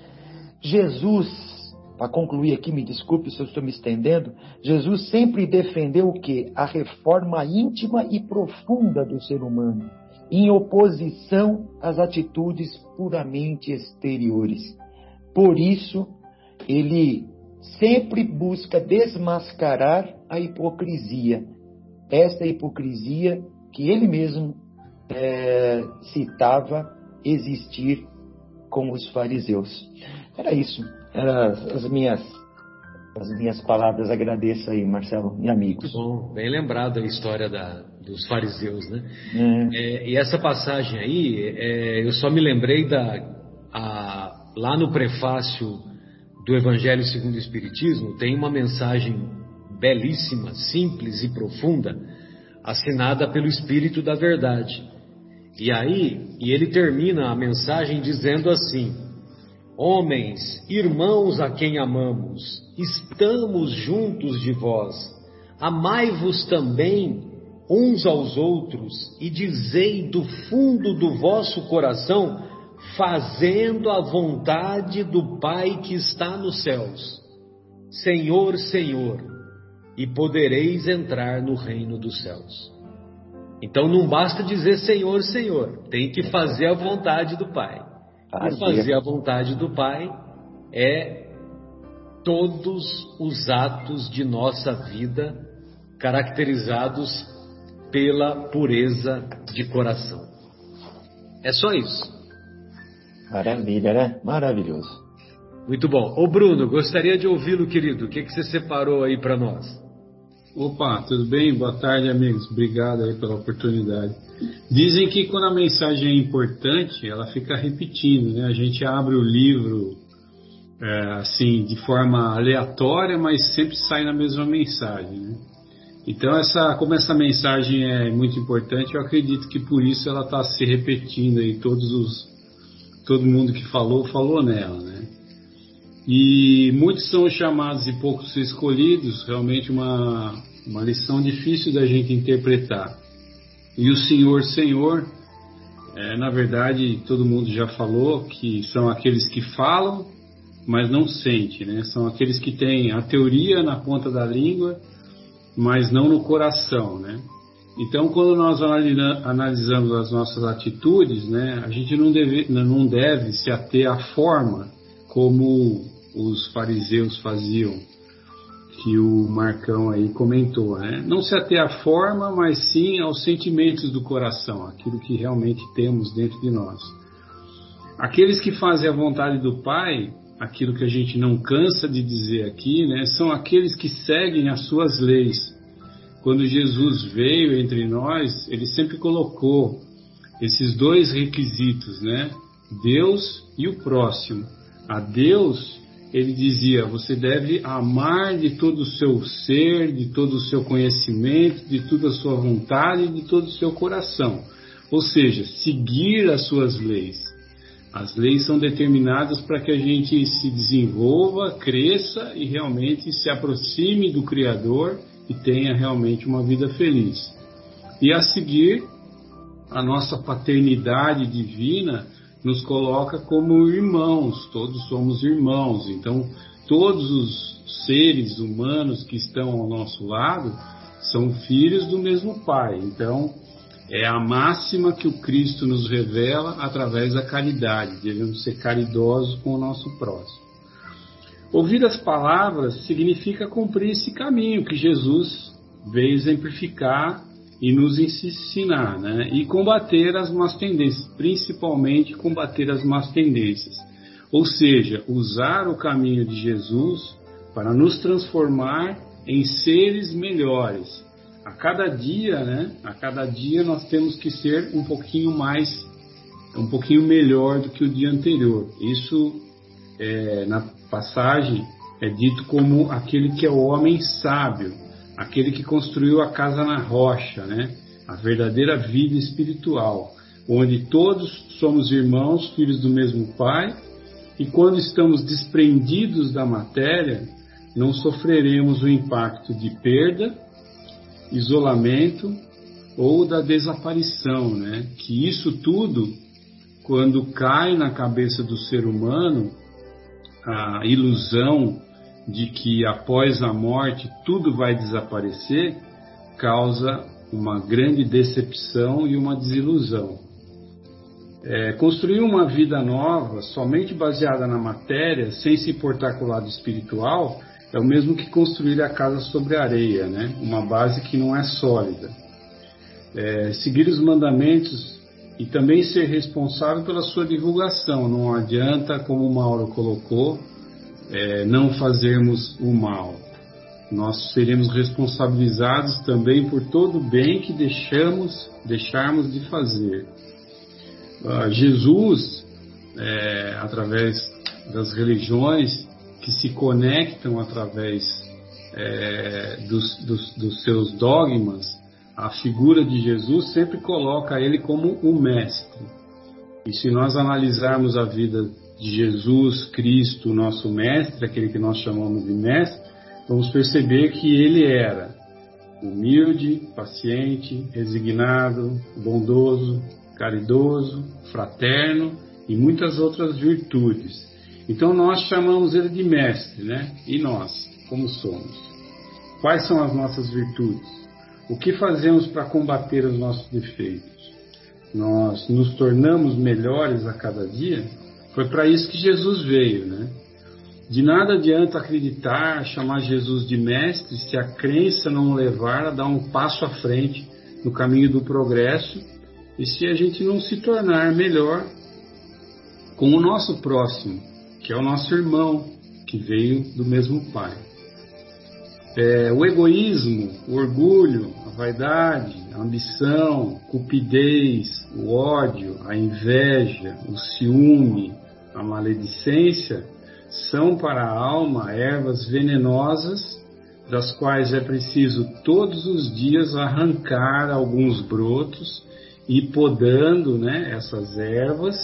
Jesus, para concluir aqui, me desculpe se eu estou me estendendo, Jesus sempre defendeu o quê? A reforma íntima e profunda do ser humano, em oposição às atitudes puramente exteriores. Por isso, ele sempre busca desmascarar a hipocrisia. Essa hipocrisia que ele mesmo é, citava existir com os fariseus. Era isso. Eram as minhas, as minhas palavras. Agradeço aí, Marcelo e amigos. Muito bom, bem lembrado a história da, dos fariseus, né? É. É, e essa passagem aí, é, eu só me lembrei da, a, lá no prefácio do Evangelho segundo o Espiritismo, tem uma mensagem belíssima, simples e profunda, assinada pelo Espírito da Verdade. E aí, e ele termina a mensagem dizendo assim: homens, irmãos a quem amamos, estamos juntos de vós, amai-vos também uns aos outros e dizei do fundo do vosso coração, fazendo a vontade do Pai que está nos céus, Senhor, Senhor, e podereis entrar no reino dos céus. Então não basta dizer Senhor, Senhor, tem que fazer a vontade do Pai. E fazer a vontade do Pai é todos os atos de nossa vida caracterizados pela pureza de coração. É só isso. Maravilha, né? Maravilhoso. Muito bom. Ô Bruno, gostaria de ouvi-lo, querido. O que, que você separou aí para nós? Opa, tudo bem? Boa tarde, amigos. Obrigado aí pela oportunidade. Dizem que quando a mensagem é importante, ela fica repetindo, né? A gente abre o livro é, assim de forma aleatória, mas sempre sai na mesma mensagem, né? Então, essa, como essa mensagem é muito importante, eu acredito que por isso ela está se repetindo aí, todos os, todo mundo que falou, falou nela, né? E muitos são chamados e poucos escolhidos, realmente uma, uma lição difícil da gente interpretar. E o Senhor, Senhor, é, na verdade, todo mundo já falou que são aqueles que falam, mas não sentem, né? São aqueles que têm a teoria na ponta da língua, mas não no coração, né? Então, quando nós analisamos as nossas atitudes, né, a gente não deve, não deve se ater à forma como os fariseus faziam, que o Marcão aí comentou, né? Não se ater à forma, mas sim aos sentimentos do coração, aquilo que realmente temos dentro de nós. Aqueles que fazem a vontade do Pai, aquilo que a gente não cansa de dizer aqui, né, são aqueles que seguem as suas leis. Quando Jesus veio entre nós, ele sempre colocou esses dois requisitos, né? Deus e o próximo. A Deus, ele dizia, você deve amar de todo o seu ser, de todo o seu conhecimento, de toda a sua vontade, de todo o seu coração. Ou seja, seguir as suas leis. As leis são determinadas para que a gente se desenvolva, cresça e realmente se aproxime do Criador e tenha realmente uma vida feliz. E a seguir, a nossa paternidade divina nos coloca como irmãos, todos somos irmãos. Então, todos os seres humanos que estão ao nosso lado são filhos do mesmo Pai. Então, é a máxima que o Cristo nos revela através da caridade. Devemos ser caridosos com o nosso próximo. Ouvir as palavras significa cumprir esse caminho que Jesus veio exemplificar e nos ensinar, né? E combater as más tendências, principalmente combater as más tendências. Ou seja, usar o caminho de Jesus para nos transformar em seres melhores. A cada dia, né? A cada dia nós temos que ser um pouquinho mais, um pouquinho melhor do que o dia anterior. Isso, é, na passagem, é dito como aquele que é o homem sábio, aquele que construiu a casa na rocha, né? A verdadeira vida espiritual, onde todos somos irmãos, filhos do mesmo Pai, e quando estamos desprendidos da matéria, não sofreremos o impacto de perda, isolamento ou da desaparição, né? Que isso tudo, quando cai na cabeça do ser humano, a ilusão de que após a morte tudo vai desaparecer, causa uma grande decepção e uma desilusão. É, construir uma vida nova, somente baseada na matéria, sem se importar com o lado espiritual, é o mesmo que construir a casa sobre a areia, né? Uma base que não é sólida. É, seguir os mandamentos e também ser responsável pela sua divulgação. Não adianta, como o Mauro colocou, é, não fazermos o mal. Nós seremos responsabilizados também por todo o bem que deixamos, deixarmos de fazer. Uh, Jesus, é, através das religiões que se conectam através é, dos, dos, dos seus dogmas, a figura de Jesus sempre coloca ele como o mestre. E se nós analisarmos a vida de Jesus Cristo, nosso mestre, aquele que nós chamamos de mestre, vamos perceber que ele era humilde, paciente, resignado, bondoso, caridoso, fraterno e muitas outras virtudes. Então nós chamamos ele de mestre, né? E nós, como somos? Quais são as nossas virtudes? O que fazemos para combater os nossos defeitos? Nós nos tornamos melhores a cada dia? Foi para isso que Jesus veio, né? De nada adianta acreditar, chamar Jesus de mestre, se a crença não levar a dar um passo à frente no caminho do progresso e se a gente não se tornar melhor com o nosso próximo, que é o nosso irmão, que veio do mesmo Pai. É, o egoísmo, o orgulho, a vaidade, a ambição, cupidez, o ódio, a inveja, o ciúme, a maledicência, são para a alma ervas venenosas, das quais é preciso todos os dias arrancar alguns brotos e podando, né, essas ervas,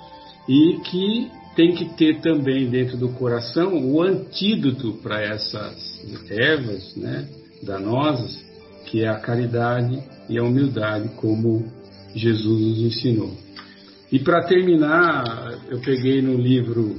e que tem que ter também dentro do coração o antídoto para essas ervas, né, danosas, que é a caridade e a humildade, como Jesus nos ensinou. E para terminar, eu peguei no livro,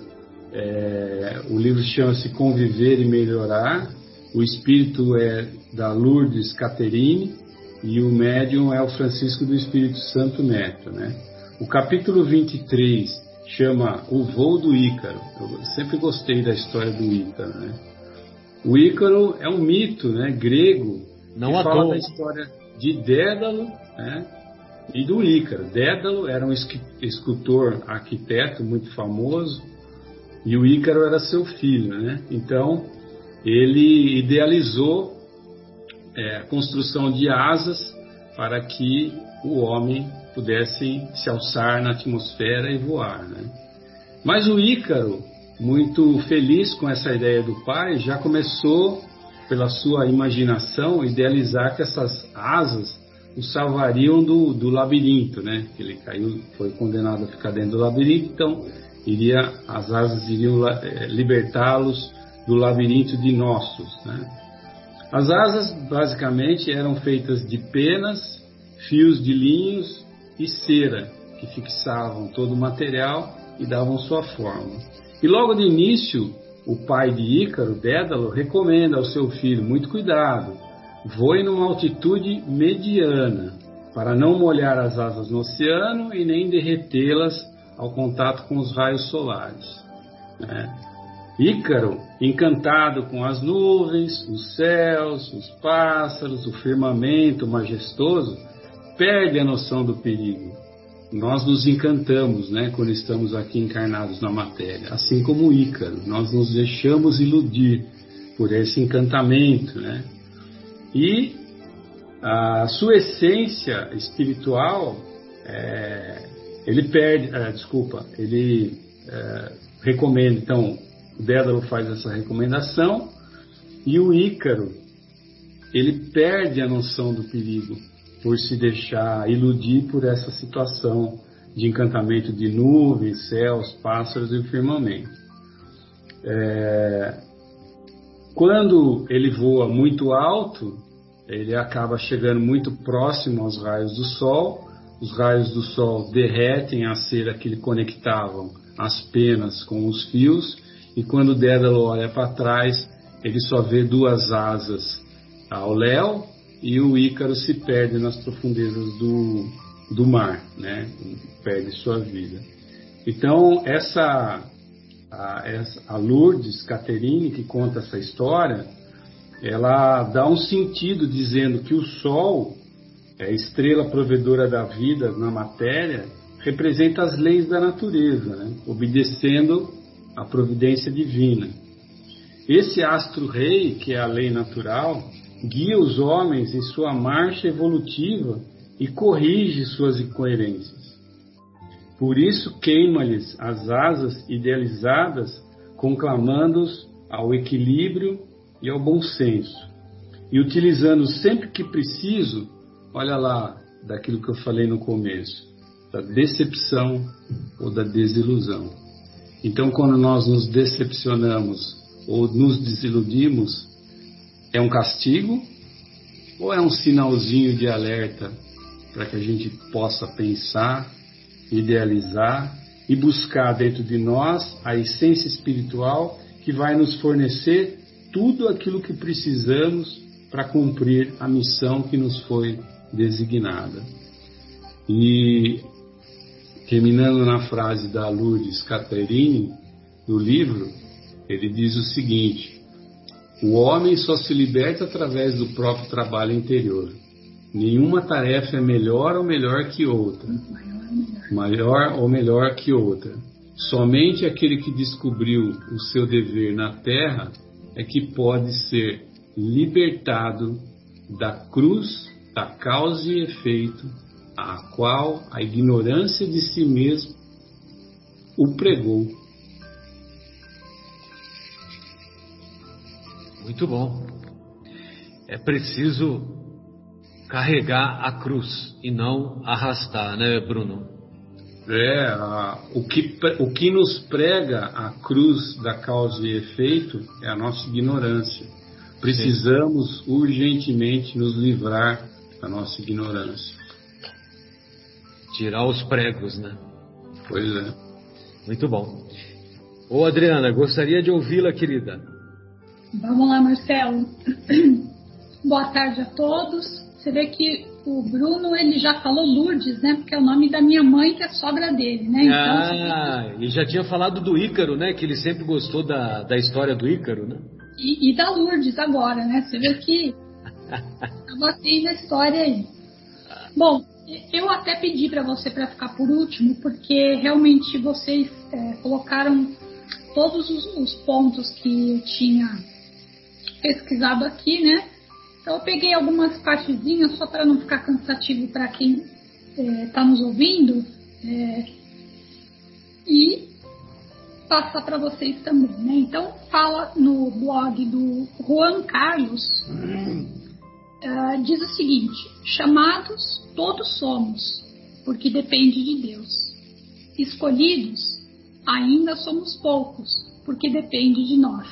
é, o livro chama-se Conviver e Melhorar, o espírito é da Lourdes Caterine e o médium é o Francisco do Espírito Santo Neto, né? O capítulo vinte e três chama O Voo do Ícaro. Eu sempre gostei da história do Ícaro, né? O Ícaro é um mito, né, grego, Não que à fala toa. da história de Dédalo, né, e do Ícaro. Dédalo era um escultor, arquiteto muito famoso, e o Ícaro era seu filho, né? Então, ele idealizou é, a construção de asas para que o homem pudesse se alçar na atmosfera e voar, né? Mas o Ícaro, muito feliz com essa ideia do pai, já começou, pela sua imaginação, idealizar que essas asas o salvariam do, do labirinto, né? Ele caiu, foi condenado a ficar dentro do labirinto, então iria, as asas iriam é, libertá-los do labirinto de Nossos, né? As asas basicamente eram feitas de penas, fios de linhos e cera, que fixavam todo o material e davam sua forma. E logo de início, o pai de Ícaro, Dédalo, recomenda ao seu filho: muito cuidado, voe numa altitude mediana, para não molhar as asas no oceano e nem derretê-las ao contato com os raios solares, né? Ícaro, encantado com as nuvens, os céus, os pássaros, o firmamento majestoso, perde a noção do perigo. Nós nos encantamos, né, quando estamos aqui encarnados na matéria, assim como Ícaro, nós nos deixamos iludir por esse encantamento, né? E a sua essência espiritual, é, ele perde, é, desculpa, ele é, recomenda, então, o Dédalo faz essa recomendação, e o Ícaro, ele perde a noção do perigo por se deixar iludir por essa situação de encantamento de nuvens, céus, pássaros e firmamento. É, quando ele voa muito alto, ele acaba chegando muito próximo aos raios do Sol. Os raios do Sol derretem a cera que lhe conectavam as penas com os fios, e quando Dédalo olha para trás, ele só vê duas asas ao léu, e o Ícaro se perde nas profundezas do, do mar, né? Perde sua vida. Então, essa a, essa, a Lourdes Caterine, que conta essa história, ela dá um sentido dizendo que o Sol, a estrela provedora da vida na matéria, representa as leis da natureza, né? Obedecendo a providência divina. Esse astro-rei, que é a lei natural, guia os homens em sua marcha evolutiva e corrige suas incoerências. Por isso queima-lhes as asas idealizadas, conclamando-os ao equilíbrio e ao bom senso, e utilizando sempre que preciso, olha lá, daquilo que eu falei no começo, da decepção ou da desilusão. Então, quando nós nos decepcionamos ou nos desiludimos, é um castigo ou é um sinalzinho de alerta para que a gente possa pensar, idealizar e buscar dentro de nós a essência espiritual que vai nos fornecer tudo aquilo que precisamos para cumprir a missão que nos foi designada. E terminando na frase da Lourdes Caterine, do livro, ele diz o seguinte: o homem só se liberta através do próprio trabalho interior. Nenhuma tarefa é melhor ou melhor que outra. Maior ou melhor que outra. Somente aquele que descobriu o seu dever na terra é que pode ser libertado da cruz da causa e efeito, a qual a ignorância de si mesmo o pregou. Muito bom. É preciso carregar a cruz e não arrastar, né, Bruno? É, a, o, que, o que nos prega a cruz da causa e efeito é a nossa ignorância. Precisamos Sim. urgentemente nos livrar da nossa ignorância. Tirar os pregos, né? Pois é. Muito bom. Ô Adriana, gostaria de ouvi-la, querida. Vamos lá, Marcelo. Boa tarde a todos. Você vê que o Bruno, ele já falou Lourdes, né? Porque é o nome da minha mãe, que é sogra dele, né? Então, ah, e já tinha falado do Ícaro, né? Que ele sempre gostou da, da história do Ícaro, né? E, e da Lourdes agora, né? Você vê que estava tendo a história aí. Bom, eu até pedi para você para ficar por último, porque realmente vocês é, colocaram todos os, os pontos que eu tinha pesquisado aqui, né? Então eu peguei algumas partezinhas só para não ficar cansativo para quem está é, nos ouvindo é, e passar para vocês também, né? Então fala no blog do Juan Carlos, uh, diz o seguinte: chamados todos somos, porque depende de Deus. Escolhidos ainda somos poucos, porque depende de nós.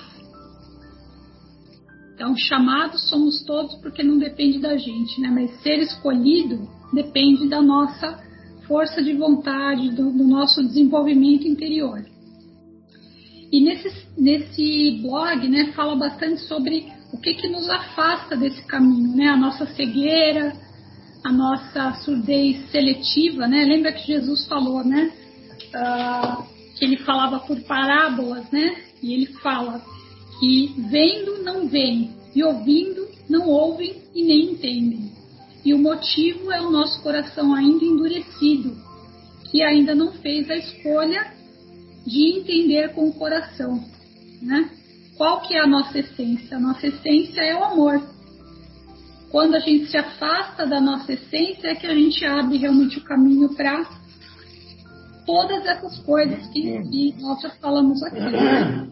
Então, chamados somos todos porque não depende da gente, né? Mas ser escolhido depende da nossa força de vontade, do, do nosso desenvolvimento interior. E nesse, nesse blog, né, fala bastante sobre o que, que nos afasta desse caminho, né? A nossa cegueira, a nossa surdez seletiva, né? Lembra que Jesus falou, né? Uh, que ele falava por parábolas, né? E ele fala que vendo não veem, e ouvindo não ouvem e nem entendem. E o motivo é o nosso coração ainda endurecido, que ainda não fez a escolha de entender com o coração, né? Qual que é a nossa essência? A nossa essência é o amor. Quando a gente se afasta da nossa essência é que a gente abre realmente o caminho para todas essas coisas que, que nós já falamos aqui, né?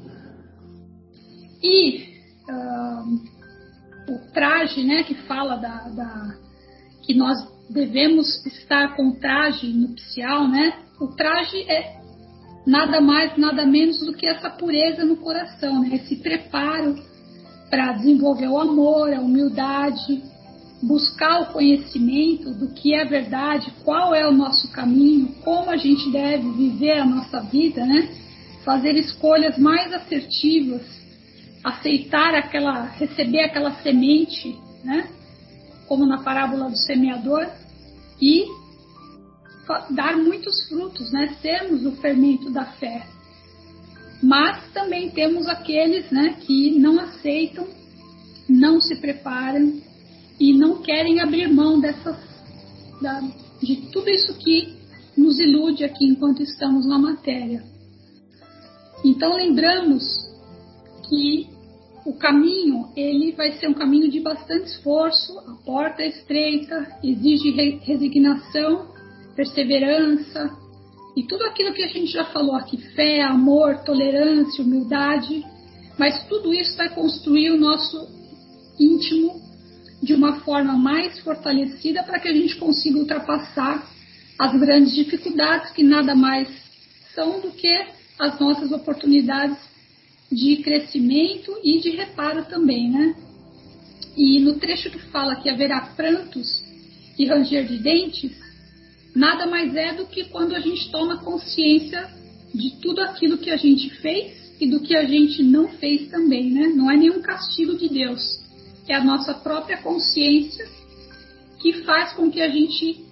E uh, o traje, né, que fala da, da, que nós devemos estar com o traje nupcial, né? O traje é nada mais, nada menos do que essa pureza no coração, né? Esse preparo para desenvolver o amor, a humildade, buscar o conhecimento do que é verdade, qual é o nosso caminho, como a gente deve viver a nossa vida, né? Fazer escolhas mais assertivas, aceitar aquela, receber aquela semente, né? Como na parábola do semeador, e dar muitos frutos, né? Sermos o fermento da fé. Mas também temos aqueles, né, que não aceitam, não se preparam e não querem abrir mão dessas, da, de tudo isso que nos ilude aqui enquanto estamos na matéria. Então lembramos que o caminho, ele vai ser um caminho de bastante esforço, a porta é estreita, exige resignação, perseverança e tudo aquilo que a gente já falou aqui, fé, amor, tolerância, humildade, mas tudo isso vai construir o nosso íntimo de uma forma mais fortalecida para que a gente consiga ultrapassar as grandes dificuldades que nada mais são do que as nossas oportunidades de crescimento e de reparo também, né? E no trecho que fala que haverá prantos e ranger de dentes, nada mais é do que quando a gente toma consciência de tudo aquilo que a gente fez e do que a gente não fez também, né? Não é nenhum castigo de Deus, é a nossa própria consciência que faz com que a gente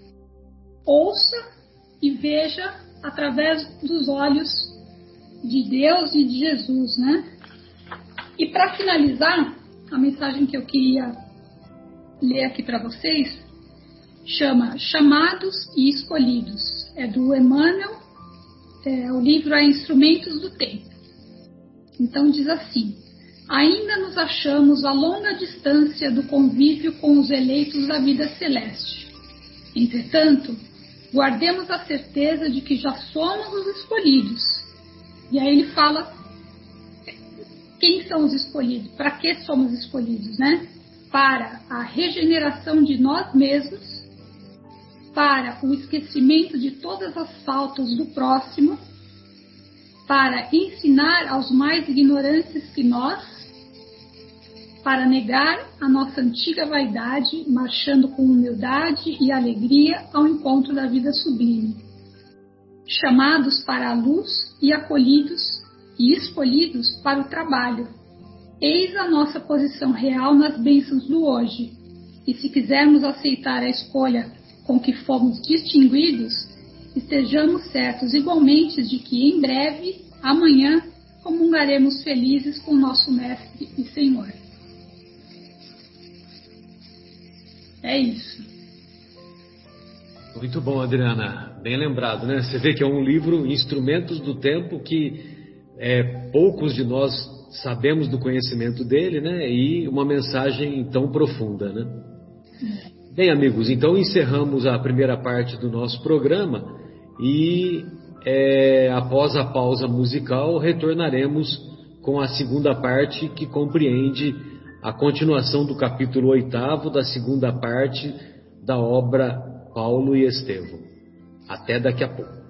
ouça e veja através dos olhos de Deus e de Jesus, né? E para finalizar, a mensagem que eu queria ler aqui para vocês chama Chamados e Escolhidos. É do Emmanuel, é, o livro é Instrumentos do Tempo. Então diz assim: ainda nos achamos a longa distância do convívio com os eleitos da vida celeste. Entretanto, guardemos a certeza de que já somos os escolhidos. E aí ele fala quem são os escolhidos, para que somos escolhidos, né? Para a regeneração de nós mesmos, para o esquecimento de todas as faltas do próximo, para ensinar aos mais ignorantes que nós, para negar a nossa antiga vaidade, marchando com humildade e alegria ao encontro da vida sublime. Chamados para a luz e acolhidos e escolhidos para o trabalho. Eis a nossa posição real nas bênçãos do hoje. E se quisermos aceitar a escolha com que fomos distinguidos, estejamos certos igualmente de que em breve, amanhã, comungaremos felizes com nosso Mestre e Senhor. É isso. Muito bom, Adriana. Bem lembrado, né? Você vê que é um livro, Instrumentos do Tempo, que é, poucos de nós sabemos do conhecimento dele, né? E uma mensagem tão profunda, né? Bem, amigos, então encerramos a primeira parte do nosso programa e é, após a pausa musical retornaremos com a segunda parte, que compreende a continuação do capítulo oitavo da segunda parte da obra Paulo e Estevão. Até daqui a pouco.